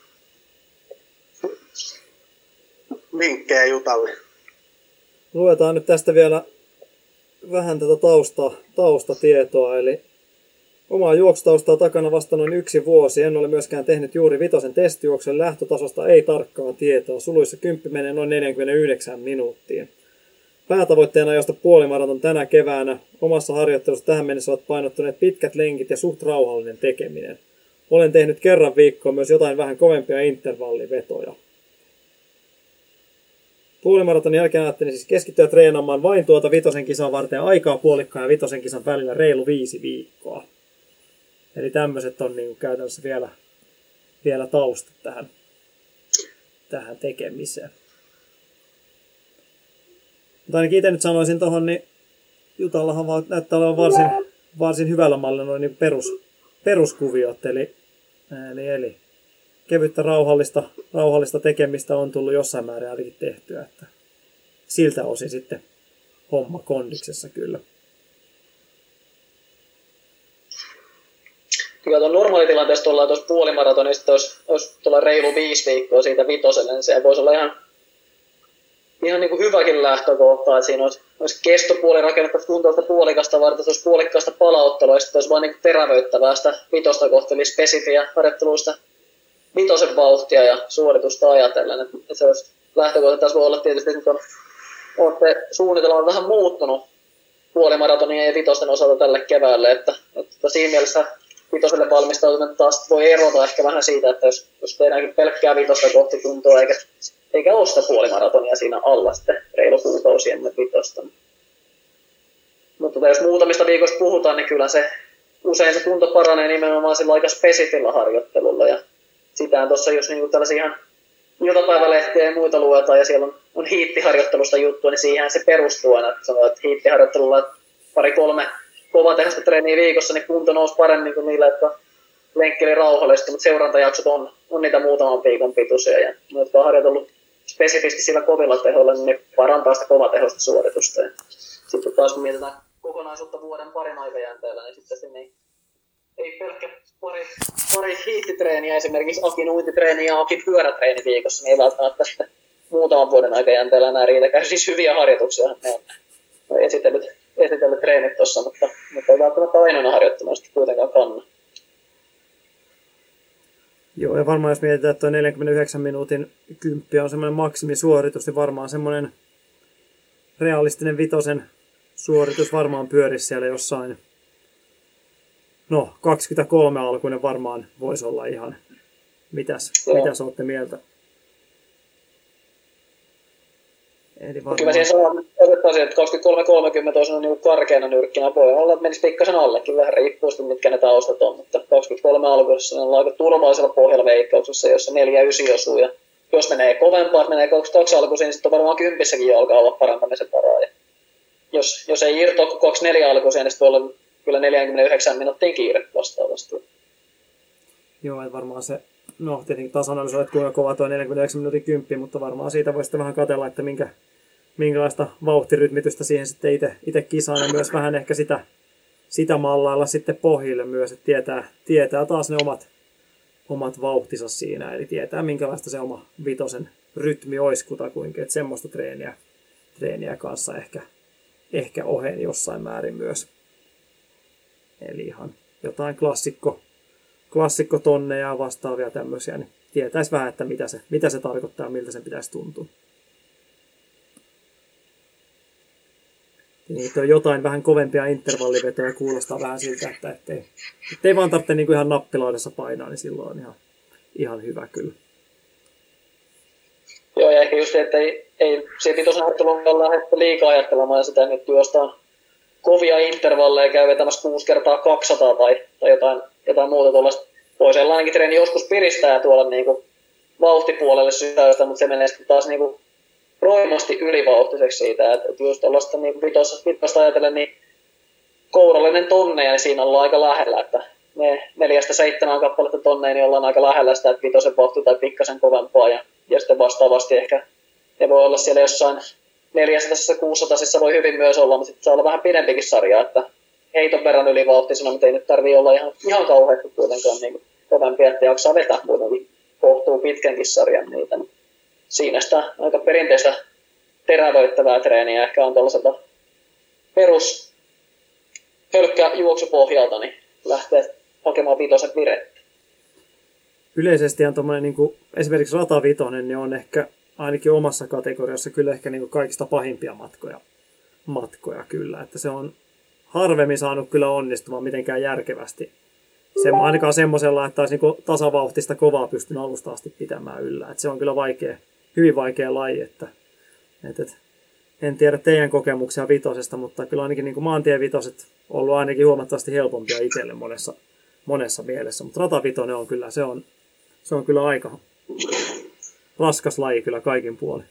Vinkkejä Jutalle. Luetaan nyt tästä vielä vähän tätä tausta, taustatietoa, eli omaa juoksutaustaa takana vasta noin yksi vuosi. En ole myöskään tehnyt juuri vitosen testijuoksen lähtötasosta, ei tarkkaa tietoa. Suluissa kymppi menee noin neljäkymmentäyhdeksän minuuttiin. Päätavoitteena josta puolimaraton tänä keväänä. Omassa harjoittelussa tähän mennessä ovat painottuneet pitkät lenkit ja suht rauhallinen tekeminen. Olen tehnyt kerran viikkoon myös jotain vähän kovempia intervallivetoja. Puolimaraton jälkeen ajattelin siis keskittyä treenaamaan vain tuota vitosen kisaa varten aikaa puolikkaan ja vitosen kisan välillä reilu viisi viikkoa. Eli tämmöiset on niin kuin käytännössä vielä, vielä taustat tähän, tähän tekemiseen. Mutta ainakin itse nyt sanoisin tuohon, niin Jutallahan näyttää olevan varsin, varsin hyvällä mallilla noin niin perus, peruskuviot. Eli, eli, eli kevyttä rauhallista, rauhallista tekemistä on tullut jossain määrin ainakin tehtyä. Että siltä osin sitten homma kondiksessa kyllä. Kyllä tuon normaalitilanteessa ollaan tuossa puolimaratonista, olisi, olisi tuolla reilu viisi viikkoa siitä vitoselle, niin se voisi olla ihan, ihan niin kuin hyväkin lähtökohta, että siinä olisi, olisi kestopuoli rakennettu kuntoista puolikasta varten, että olisi puolikkaasta palauttelua, ja sitten olisi vain niin terävöittävää sitä vitosta kohti, eli spesifiä harjoittelusta vitosen vauhtia ja suoritusta ajatellen. Että, että se olisi lähtökohta. Tässä voi olla tietysti, että on, olette suunnitelma vähän muuttunut puolimaratonin ja vitosten osalta tälle keväälle, että, että siinä mielessä vitoselle valmistautuminen taas voi erota ehkä vähän siitä, että jos, jos tehdäänkin pelkkää vitosta kohti kuntoa, eikä, eikä ole sitä puolimaratonia siinä alla sitten reilu kuukausi ennen vitosta. Mutta jos muutamista viikoista puhutaan, niin kyllä se usein se kunto paranee nimenomaan sillä aika spesifillä harjoittelulla. Ja sitähän tuossa, jos niinku tällaisia ihan iltapäivälehtiä ja muita luetaan, ja siellä on, on hiittiharjoittelusta juttua, niin siihen se perustuu aina. Että sanoo, että hiittiharjoittelulla pari-kolme kovatehasta treeniä viikossa, niin kunto nousi paremmin kuin niillä, jotka lenkkeli rauhallisesti, mutta seurantajaksot on, on niitä muutaman viikon pituisia. Ja ne, jotka on harjoitellut spesifisti sillä kovilla tehoilla, niin ne parantaa sitä kovatehosta suoritusta. Ja sitten taas kun mietitään kokonaisuutta vuoden parin aikajänteellä, niin sitten sinne ei, ei pelkkä pari, pari hiittitreeniä, esimerkiksi Akin uintitreeni ja Akin pyörätreeni viikossa, niin ei välttämättä sitten muutaman vuoden aikajänteellä enää riitäkään. Siis hyviä harjoituksia ne on esitellyt, esitellyt treenit tuossa, mutta, mutta ei välttämättä ainoana harjoittamasta kuitenkaan kanna. Joo, ja varmaan jos mietitään, että tuo neljänkymmenenyhdeksän minuutin kymppi on semmoinen maksimisuoritus, niin varmaan semmoinen realistinen vitosen suoritus varmaan pyörisi siellä jossain. No, kaksikymmentäkolme alkuinen varmaan voisi olla ihan. Mitäs, mitäs olette mieltä? Eli varmaan... Kyllä siihen sanon, että kaksikymmentäkolme kolmekymmentä on niin karkeana nyrkkinä. Voi olla, että menisi pikkasen allekin, vähän riippuu sitten, mitkä ne taustat on. Mutta kaksikymmentäkolme alkuissa on aika turvallisella pohjalla veikkauksessa, jossa neljä ysi osuu. Ja jos menee kovempaa, että menee kaksikymmentäkaksi alkuisiin, niin sitten on varmaan kympissäkin jo alkaa olla parantamisen varaa. Ja jos, jos ei irtoa kaksikymmentäneljä alkuisiin, niin sitten voi olla kyllä neljäkymmentäyhdeksän minuuttia kiire vastaavasti. Joo, että varmaan se, no tietenkin taas analysoi, että kuinka kova tuo neljänkymmentäyhdeksän minuutin kymppi, mutta varmaan siitä voi sitten vähän katsella, että minkä, minkälaista vauhtirytmitystä siihen sitten itse, itse kisaan ja myös vähän ehkä sitä, sitä mallailla sitten pohjille myös, että tietää, tietää taas ne omat, omat vauhtinsa siinä, eli tietää minkälaista se oma vitosen rytmi olisi kutakuinkin, että semmoista treeniä, treeniä kanssa ehkä, ehkä oheen jossain määrin myös. Eli ihan jotain klassikko, klassikkotonneja ja vastaavia tämmöisiä, niin tietäisi vähän, että mitä se, mitä se tarkoittaa ja miltä sen pitäisi tuntua. Niitä on jotain vähän kovempia intervallivetoja, kuulostaa vähän siltä, että ettei, ettei vaan tarvitse niin kuin ihan nappilaudessa painaa, niin silloin on ihan, ihan hyvä kyllä. Joo, ja ehkä just se, että ei, ei siihen vitosen harjoitteluun lähdetty liikaa ajattelemaan sitä, että juostaan kovia intervalleja, käy vetämässä kuusi kertaa kaksisataa tai, tai jotain, jotain muuta tuollaista. Voi sellainenkin treeni joskus piristää ja tuolla niinku vauhtipuolelle sysäystä, mutta se menee sitten taas niinku roimasti ylivauhtiseksi siitä, että et just tuollaista niinku vitosta, vitosta ajatellen, niin kourallinen tonneja, niin siinä ollaan aika lähellä, että ne neljästä seitsemään kappaletta tonneja, niin ollaan aika lähellä sitä, että vitosen vauhti tai pikkasen kovempaa, ja, ja sitten vastaavasti ehkä ne voi olla siellä jossain neljäsataa kuusisataa voi hyvin myös olla, mutta sitten saa olla vähän pidempikin sarja, että heiton verran ylivauhtisena, mutta ei nyt tarvitse olla ihan, ihan kauheasti kuitenkaan niin kovempia, että jaksaa vetää muutenkin kohtuu pitkänkin sarjan niitä. Siinä sitä aika perinteistä terävöittävää treeniä ehkä on tuollaiselta perus hölkkä juoksupohjalta, niin lähtee hakemaan vitosen virettä. Yleisesti on tommoinen, niin kuin, esimerkiksi ratavitonen, niin on ehkä ainakin omassa kategoriassa kyllä ehkä niin kuin kaikista pahimpia matkoja, matkoja kyllä. Että se on harvemmin saanut kyllä onnistumaan mitenkään järkevästi. Se, ainakaan semmoisella, että olisi niin tasavauhtista kovaa pystynyt alusta asti pitämään yllä. Että se on kyllä vaikea, hyvin vaikea laji. Että, et, et, en tiedä teidän kokemuksia vitosesta, mutta kyllä ainakin niin maantievitoset on ollut ainakin huomattavasti helpompia itselle monessa, monessa mielessä. Mutta ratavitonen on kyllä, se on, se on kyllä aika raskas laji kyllä kaikin puolin.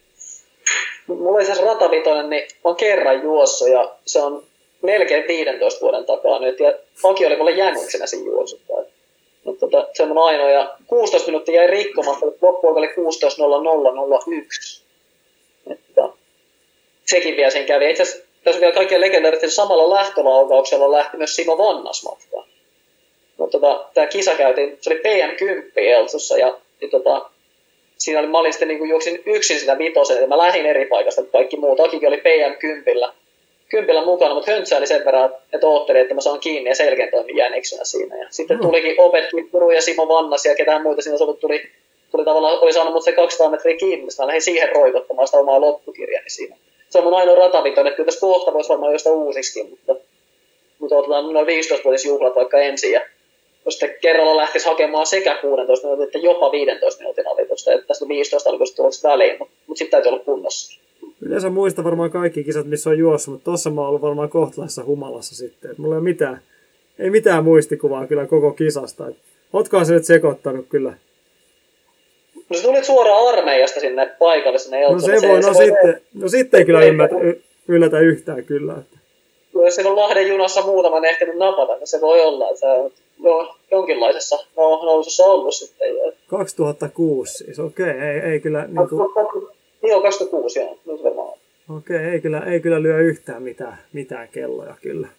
Mulla oli se ratavitonen, niin mä oon kerran juossut ja se on melkein viidentoista vuoden takaa nyt. Ja Aki oli mulle jännyksenä siinä juoksutta. Mutta tota, se on ainoa ja kuusitoista minuuttia jäi rikkomatta, loppuaika oli kuusitoista nolla nolla nolla yksi. Että sekin vielä siinä kävi. Itse asiassa tässä on vielä kaikkien legendaarisesti samalla lähtölaukauksella lähti myös Simo Vannas matkaan. Mutta tota, tämä kisa käytiin, se oli P M kymmenen Eltsussa ja, ja tota, siinä oli, mä olin sitten niin juoksin yksin sitä vitosen, ja mä lähdin eri paikasta, että kaikki muut. Akikin oli P M kymmenen kympillä mukana, mutta höntsäili sen verran, että oottelin, että mä saan kiinni ja selkeän toimin jäniksenä siinä. Ja sitten tulikin Opet Kippuru ja Simo Vannas ja ketään muita siinä ollut, tuli, tuli tavallaan, oli saanut mut se kaksisataa metriä kiinni, mistä mä lähdin siihen roikottamaan sitä omaa loppukirjani siinä. Se on mun ainoa ratavitonen, että kyllä tässä kohta voisi varmaan jostain uusiksi, mutta, mutta otetaan noin viisitoista-vuotisjuhlat vaikka ensin. Ja jos sitten kerralla lähtisi hakemaan sekä kuusitoista minuutin että jopa viidentoista minuutin alitusta, että tästä viisitoista alikoista tuloksi väliin, mutta, mutta sitten täytyy olla kunnossa. Yleensä muista varmaan kaikki kisat, missä on juossut, mutta tossa mä oon ollut varmaan kohtalaisessa humalassa sitten. Et mulla ei ole mitään, ei mitään muistikuvaa kyllä koko kisasta. Et ootkohan se nyt sekoittanut kyllä? No sä tulit suoraan armeijasta sinne paikalle sinne Eltsuun. No se voi, no, se sitten, voi... no sitten ei kyllä yllätä, yllätä yhtään kyllä. Että. Jos siinä on Lahden junassa muutaman ehtinyt napata, niin se voi olla, että sä no, jonkinlaisessa no, nousussa ollut sitten. kaksituhattakuusi siis, okei, okay, ei, ei kyllä... Niin kuin... Joo, kaksituhattakuusi, joo, nyt varmaan. Okei, okay, ei, kyllä, ei kyllä lyö yhtään mitään, mitään kelloja kyllä.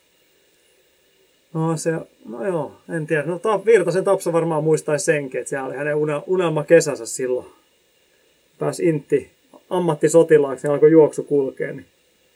No se, no joo, en tiedä. No ta, Virtasen Tapsa varmaan muistaisi senkin, että sehän oli hänen unelma kesänsä silloin. Pääsi intti ammattisotilaaksi ja alkoi juoksu kulkea. Niin.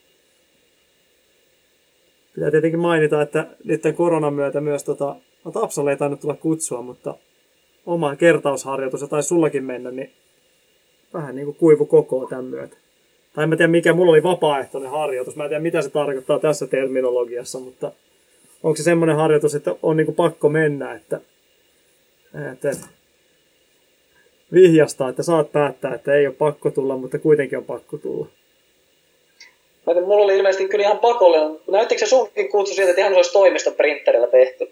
Pitää tietenkin mainita, että nyt koronan myötä myös tota, no Tapsalle ei tainnut tulla kutsua, mutta oma kertausharjoitus, ja taisi sullakin mennä, niin vähän niin kuin kuivu koko tämän myötä. Tai en mä tiedä mikä, mulla oli vapaaehtoinen harjoitus. Mä en tiedä mitä se tarkoittaa tässä terminologiassa, mutta onko se semmoinen harjoitus, että on niin kuin pakko mennä, että, että vihjastaa, että saat päättää, että ei ole pakko tulla, mutta kuitenkin on pakko tulla. Mä tiedän, mulla oli ilmeisesti kyllä ihan pakollinen. Näyttikö se sunkin kutsu siitä, että ihan se olisi toimistoprinterillä tehty?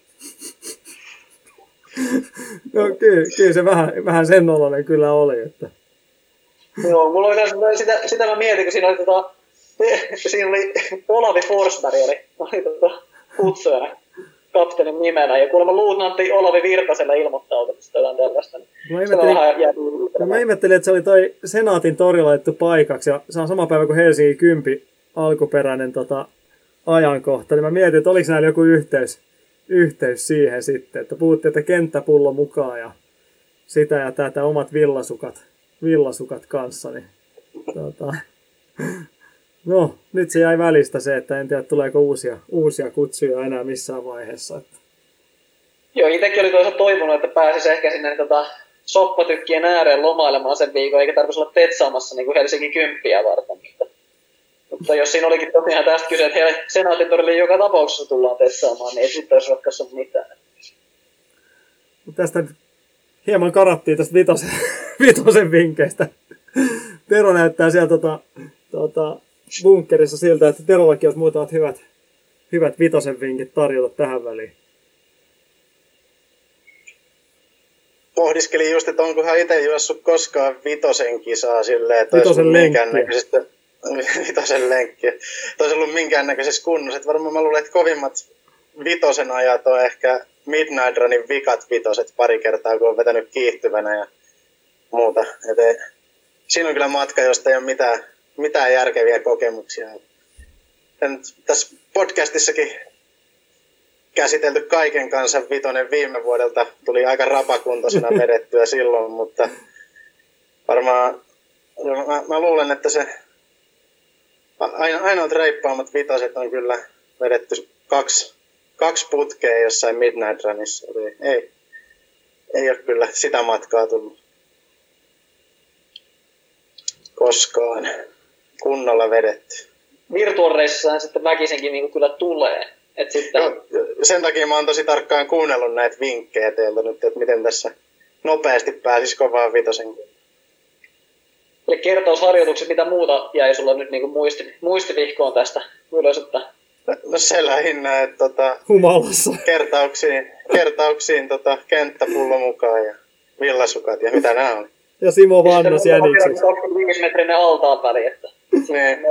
No kyllä, kyllä se vähän, vähän sen oloinen kyllä oli, että... Joo, mulla oli sitä, sitä mä mietin, kun siinä oli, tota, siinä oli Olavi Forsberg, oli, oli tota, kutsujana kapteenin nimenä, ja kuulemma luutnantti Olavi Virtaselle ilmoittautumista jotain tällaista. Mä ihmettelin, no, mä ihmettelin, että se oli toi Senaatin tori laitettu paikaksi, ja se on sama päivä kuin Helsingin kympi alkuperäinen tota, ajankohta, niin mä mietin, että oliko näillä joku yhteys, yhteys siihen sitten, että puhuttiin, että kenttäpullo mukaan, ja sitä ja tätä omat villasukat. villasukat kanssa, niin tota, no, nyt se jäi välistä se, että en tiedä, tuleeko uusia, uusia kutsuja enää missään vaiheessa. Että. Joo, itsekin oli toisaalta toivonut, että pääsisi ehkä sinne tota, soppatykkien ääreen lomailemaan sen viikon, eikä tarvitsisi olla tetsaamassa niin kuin Helsingin kymppiä varten. Mutta, mutta jos siinä olikin tosiaan tästä kyse, että heille Senaatin torille joka tapauksessa tullaan tetsaamaan, niin ei sitten olisi ratkaissut mitään. Tästä hieman karattiin tästä vitosen, vitosen vinkkeistä. Tero näyttää siellä tota, tota, bunkkerissa siltä, että Terollakin olisi muutamat hyvät, hyvät vitosen vinkit tarjota tähän väliin. pohdiskelin just, että onkohan itse juossut koskaan vitosen kisaa silleen, että Vitosen olisi lenkkiä. minkäännäköisestä vitosen lenkkiä. Että olisi ollut minkäännäköisessä kunnossa. Että varmaan mä luulen, että kovimmat vitosen ajat on ehkä Midnight Runin vikat vitoset pari kertaa, kun on vetänyt kiihtyvänä ja muuta. Et siinä on kyllä matka, josta ei ole mitään, mitään järkeviä kokemuksia. Tän, tässä podcastissakin käsitelty kaiken kanssa vitonen viime vuodelta. Tuli aika rapakuntoisena vedettyä silloin, mutta varmaan mä, mä luulen, että se aina, ainoat reippaammat vitoset on kyllä vedetty kaksi, kaksi putkea jossain Midnight Runissa. Eli ei, ei ole kyllä sitä matkaa tullut koskaan kunnolla vedetty. Virtual-reissahan sitten väkisenkin niin kyllä tulee. Et sitten... no, sen takia mä oon tosi tarkkaan kuunnellut näitä vinkkejä teiltä nyt, että miten tässä nopeasti pääsisi kovaan vitosen. Eli kertausharjoitukset, mitä muuta jäi sulla nyt niin muisti, muistivihkoon tästä ylös, että... No se lähinnä, että tota, Humalassa. kertauksiin, kertauksiin tota, kenttäpullo mukaan ja villasukat ja mitä nää on. Ja Simo Vannas jänikseksi. kaksikymmentäviisi metrinen altaan väli, että... Niin.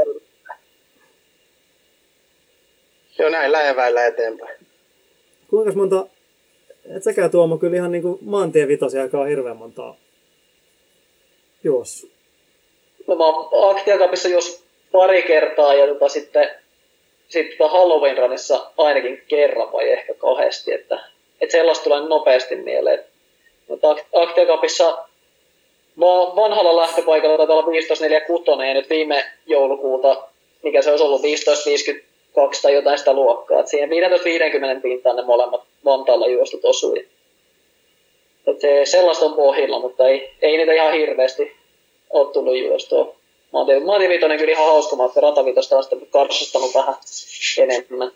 Joo, näin läeväillä eteenpäin. Kuinka monta, et säkään Tuomo kyllä ihan niinku maantievitosia aikaa hirveän montaa juossut. No mä oon Actia Cupissa jos pari kertaa ja tota sitten sit tota Halloween Runissa ainakin kerran vai ehkä kahdesti, että et sellaista tulee nopeasti mieleen. Mutta Actia Cupissa vanhalla lähtöpaikalla taitaa olla viisitoista neljäkymmentäkuusi ja nyt viime joulukuuta, mikä se olisi ollut viisitoista viisikymmentäkaksi tai jotain sitä luokkaa. Et siihen viisitoista viisikymmentä pintaan ne molemmat Vantaalla juostut osui. Et se, sellaista on pohjilla, mutta ei, ei niitä ihan hirveästi ole tullut juostoa. Maantievitonen kyllä ihan hauska matka, ratavitosta on sitten karsastanut vähän enemmän.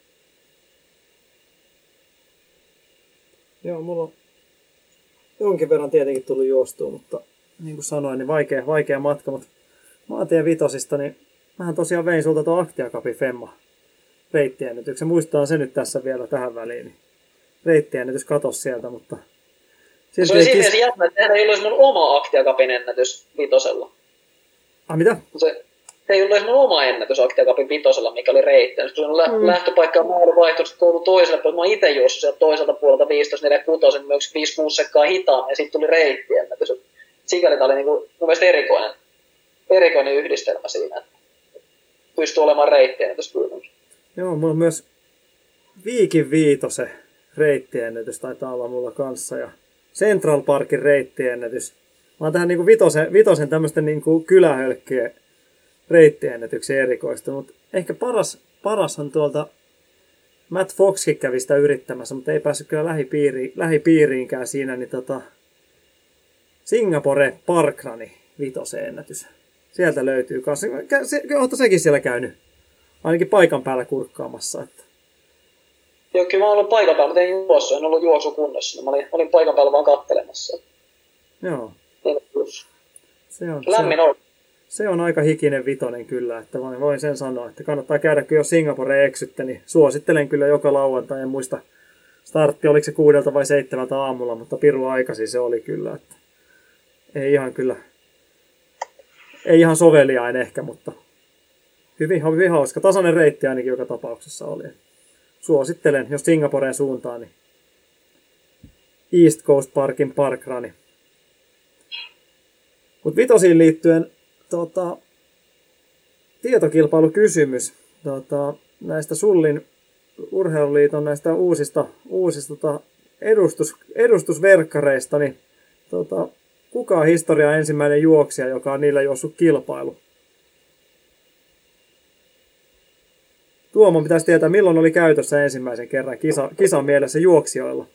Joo, mulla on jonkin verran tietenkin tullut juostua, mutta niin kuin sanoin, niin vaikea, vaikea matka. Mutta maantien vitosista, niin mähän tosiaan vein sulta tuon Actia Cupin Femma reittiennätyksen. Muistetaan se nyt tässä vielä tähän väliin. Niin reittiennätys katosi sieltä, mutta... Se oli siinä kis... jännä, että ei olisi mun oma Actia Cupin ennätys vitosella. Ah, mitä? Se, se ei ollut mun oma ennätys Actia Cupin vitosella, mikä oli reitti. Kun lä- mm. lähtöpaikka on ollut vaihtunut koulu toiselle puolelle. Mä oon itse juossut sieltä toiselta puolelta viisitoista neljäkymmentäkuusi, niin myös viisi kuusi sekkaa hitaammin, ja sitten tuli reitti-ennätys. Sikäli tää oli niinku, mun mielestä erikoinen, erikoinen yhdistelmä siinä. Pystyy olemaan reitti-ennätys kuitenkin. Joo, mulla on myös Viikin Viitosen reittiennätys taitaa olla mulla kanssa, ja Central Parkin reittiennätys. Mä oon tähän niinku vitosen, vitosen tämmösten niinku kylähölkkien reittiennätyksiä erikoistunut. Ehkä paras, parashan tuolta Matt Foxkin kävi sitä yrittämässä, mutta ei päässyt kyllä lähipiiriin, lähipiiriinkään siinä, niin tota Singapore Parkrani vitosen ennätys. Sieltä löytyy kanssa. Se, ootko sekin siellä käynyt? Ainakin paikan päällä kurkkaamassa. Että. Joo, kyllä mä oon ollut paikan päällä, mutta en juossut, en ollut juoksukunnossa. Mä olin, olin paikan päällä vaan kattelemassa. Joo. Se on, lämmin se on, on. Se on aika hikinen vitonen kyllä, että voin, voin sen sanoa, että kannattaa käydä, kun jos Singapore eksytte, niin suosittelen kyllä joka lauantai. En muista startti, oliko se kuudelta vai seitsemältä aamulla, mutta piru aikaisin se oli kyllä. Että ei ihan kyllä, ei ihan soveliain ehkä, mutta hyvin, hyvin hauska. Tasainen reitti ainakin joka tapauksessa oli. Suosittelen, jos Singaporeen suuntaan, niin East Coast Parkin Parkrani. Mutta vitosiin liittyen tota, tietokilpailukysymys tota, näistä Sullin Urheiluliiton näistä uusista, uusista tota, edustus, edustusverkkareista, niin tota, kuka on historian ensimmäinen juoksija, joka on niillä juossut kilpailu? Tuomo pitäisi tietää, milloin oli käytössä ensimmäisen kerran kisa, kisan mielessä juoksijoilla.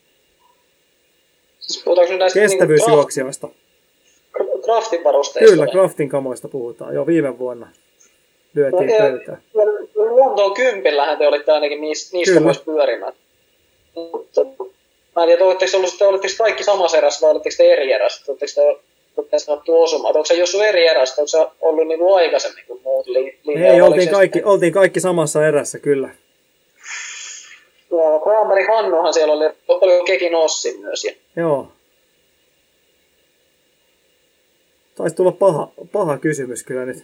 Siis puhutaanko nyt näistä kestävyysjuoksijoista? Craftin varusteista? Kyllä, Craftin kamoista puhutaan. Jo viime vuonna lyötiin no, pöytään. Lontoon kympillähän te olitte ainakin niistä, niistä myös pyörimään. Mä en tiedä, oletteko, ollut, oletteko kaikki samassa erässä vai oletteko te eri erässä? Oletteko te, te sanottu osumaan? Onko se Jussu eri erässä? Onko se ollut niin kuin aikaisemmin kuin muut linjaa? Ei, oltiin kaikki, oltiin kaikki samassa erässä, kyllä. Joo, Kraameri Hannuhan siellä oli, oli Kekin Ossi myös. Ja... Joo. Taisi tulla paha, paha kysymys kyllä nyt.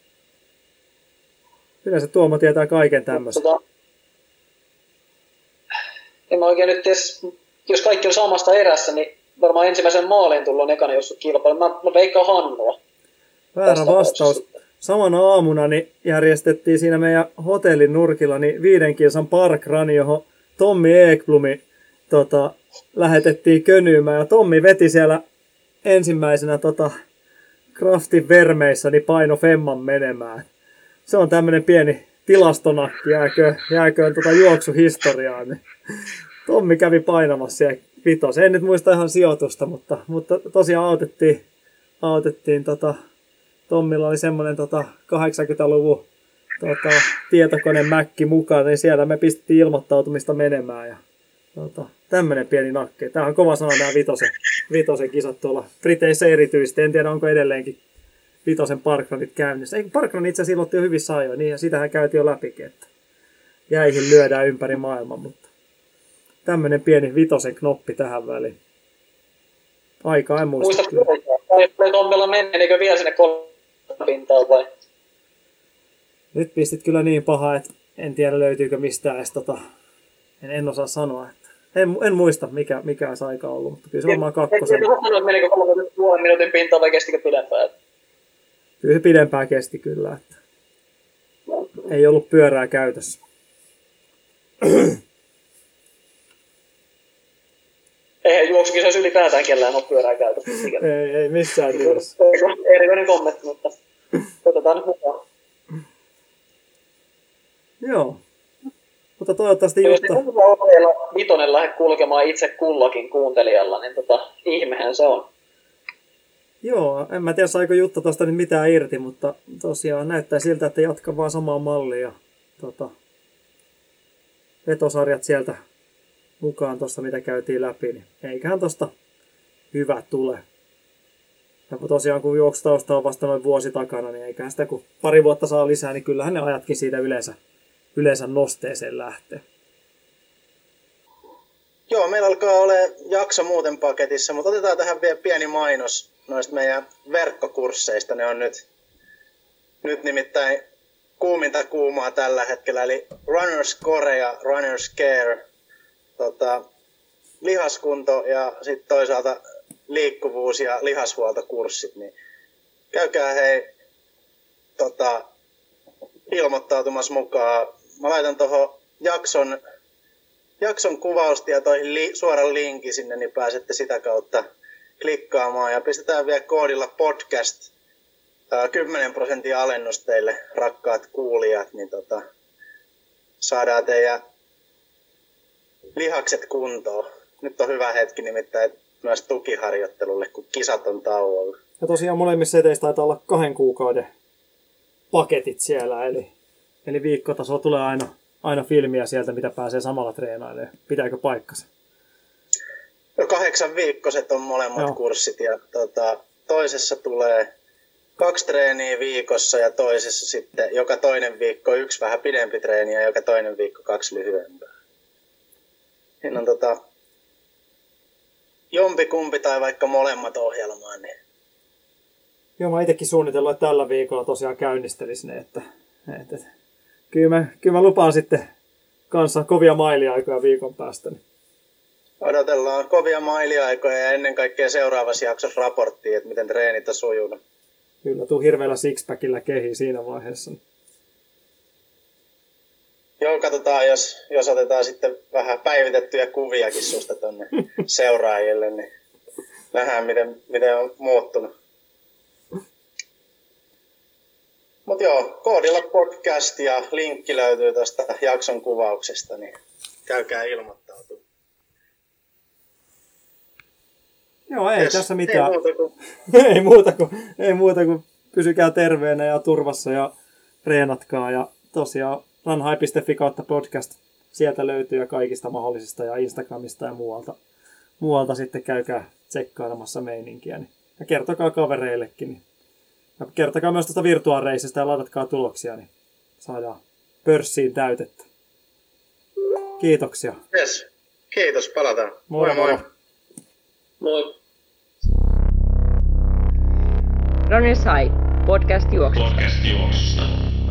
Yleensä Tuomo tietää kaiken tämmöisen. Tota, en mä oikein nyt ties, jos kaikki on samasta erässä, niin varmaan ensimmäisen maalin tullut ekana jos kilpailu. Mä, mä veikkaan Hannua. Väärä vastaus. Samana aamuna niin järjestettiin siinä meidän hotellin nurkilla niin viiden kilsan parkrun, johon Tommi Ekblumi tota, lähetettiin könyymään. Ja Tommi veti siellä ensimmäisenä tota, Craftin vermeissä niin paino femman menemään. Se on tämmönen pieni tilastonakki, jääköön, jääköön tota juoksuhistoriaan. Niin Tommi kävi painamassa siellä vitos. En nyt muista ihan sijoitusta, mutta, mutta tosiaan autettiin, autettiin tota, Tommilla oli semmoinen tota, kahdeksankymmentäluvun tota, tietokonemäkki mukaan, niin siellä me pistettiin ilmoittautumista menemään. Ja, tota, tämmöinen pieni nakki. Tämä on kova sana nämä vitosen, vitosen kisat tuolla Briteissä erityisesti. En tiedä, onko edelleenkin vitosen parkrunit käynnissä. Ei, parkrun itse asiassa ilmoitti jo hyvissä ajoin, niin ja sitähän käytiin jo läpikin, että jäihin lyödään ympäri maailman, mutta tämmöinen pieni vitosen knoppi tähän väliin. Aikaa en muista. Muistatko, että Tommilla meneekö vielä sinne kolmipintaan vai? Nyt pistit kyllä niin paha, että en tiedä löytyykö mistään edes tota, en, en osaa sanoa. Että en, en muista mikä, mikä se aika on ollut, mutta kyllä se varmaan kakkosen. Eikö sanoa, että meneekö kolmen minuutin pintaan vai kestikö pidempään? Kyllä se pidempään kesti kyllä, että ei ollut pyörää käytössä. Eihän juoksukisoissa ylipäätään kellään ole pyörää käytössä. Ei, ei missään nimessä. Erikoinen kommentti, mutta otetaan nyt mukaan. Joo. Mutta toivottavasti jos Jutta... Jos ohjeella vitonen lähde kulkemaan itse kullakin kuuntelijalla, niin tota, ihmehän se on. Joo, en mä tiedä saiko Jutta tuosta nyt mitään irti, mutta tosiaan näyttää siltä, että jatkaa vaan samaa mallia. Tota, vetosarjat sieltä mukaan tuossa, mitä käytiin läpi, niin eiköhän tuosta hyvä tule. Ja tosiaan kun juoksutausta on vasta noin vuosi takana, niin eiköhän sitä kun pari vuotta saa lisää, niin kyllähän ne ajatkin siitä yleensä, yleensä nosteeseen lähtee. Joo, meillä alkaa olla jakso muuten paketissa, mutta otetaan tähän vielä pieni mainos noista meidän verkkokursseista. Ne on nyt, nyt nimittäin kuuminta kuumaa tällä hetkellä, eli Runners Core ja Runners Care. Tota, lihaskunto ja sitten toisaalta liikkuvuus- ja lihashuoltokurssit, niin käykää hei tota, ilmoittautumassa mukaan. Mä laitan tuohon jakson, jakson kuvaustietoihin li, suoran linkin sinne, niin pääsette sitä kautta klikkaamaan. Ja pistetään vielä koodilla podcast ää, kymmenen prosentin alennus teille, rakkaat kuulijat, niin tota, saadaan teidän lihakset kuntoon. Nyt on hyvä hetki nimittäin myös tukiharjoittelulle, kun kisat on tauolla. Ja tosiaan molemmissa seteissä taitaa olla kahden kuukauden paketit siellä, eli, eli viikkotasolla tulee aina, aina filmiä sieltä, mitä pääsee samalla treenailemaan. Pitääkö paikkansa? No kahdeksan viikkoiset on molemmat Joo. kurssit ja tota, toisessa tulee kaksi treeniä viikossa ja toisessa sitten joka toinen viikko yksi vähän pidempi treeni ja joka toinen viikko kaksi lyhyempää. Siinä on tota, jompikumpi tai vaikka molemmat ohjelmaan. Niin. Joo, mä itsekin suunnitellut, että tällä viikolla tosiaan käynnistelisin ne, että, että, että kyllä, mä, kyllä mä lupaan sitten kanssa kovia mailiaikoja viikon päästä. Niin. Odotellaan kovia mailiaikoja ja ennen kaikkea seuraavassa jaksossa raporttia, että miten treenit on sujunut. Kyllä, tuu hirveällä sixpackillä kehiin siinä vaiheessa. Joo, katsotaan, jos, jos otetaan sitten vähän päivitettyjä kuviakin susta tonne seuraajille, niin nähdään, miten, miten on muuttunut. Mutta joo, koodilla podcast ja linkki löytyy tuosta jakson kuvauksesta, niin käykää ilmoittautumaan. Joo, ei yes, tässä mitään. Ei muuta kuin, ei, muuta kuin, ei muuta kuin pysykää terveenä ja turvassa ja reenatkaa. Ja tosiaan runhigh piste fi kautta podcast. Sieltä löytyy kaikista mahdollisista ja Instagramista ja muualta. Muualta sitten käykää tsekkailemassa meininkiä. Niin. Ja kertokaa kavereillekin. Niin. Ja kertokaa myös tuosta virtuaalireisistä ja laitatkaa tuloksia, niin saadaan pörssiin täytettä. Kiitoksia. Yes. Kiitos, palataan. Moi moi. moi. Moi. Runners High, podcast juoksusta. Podcast juoksusta.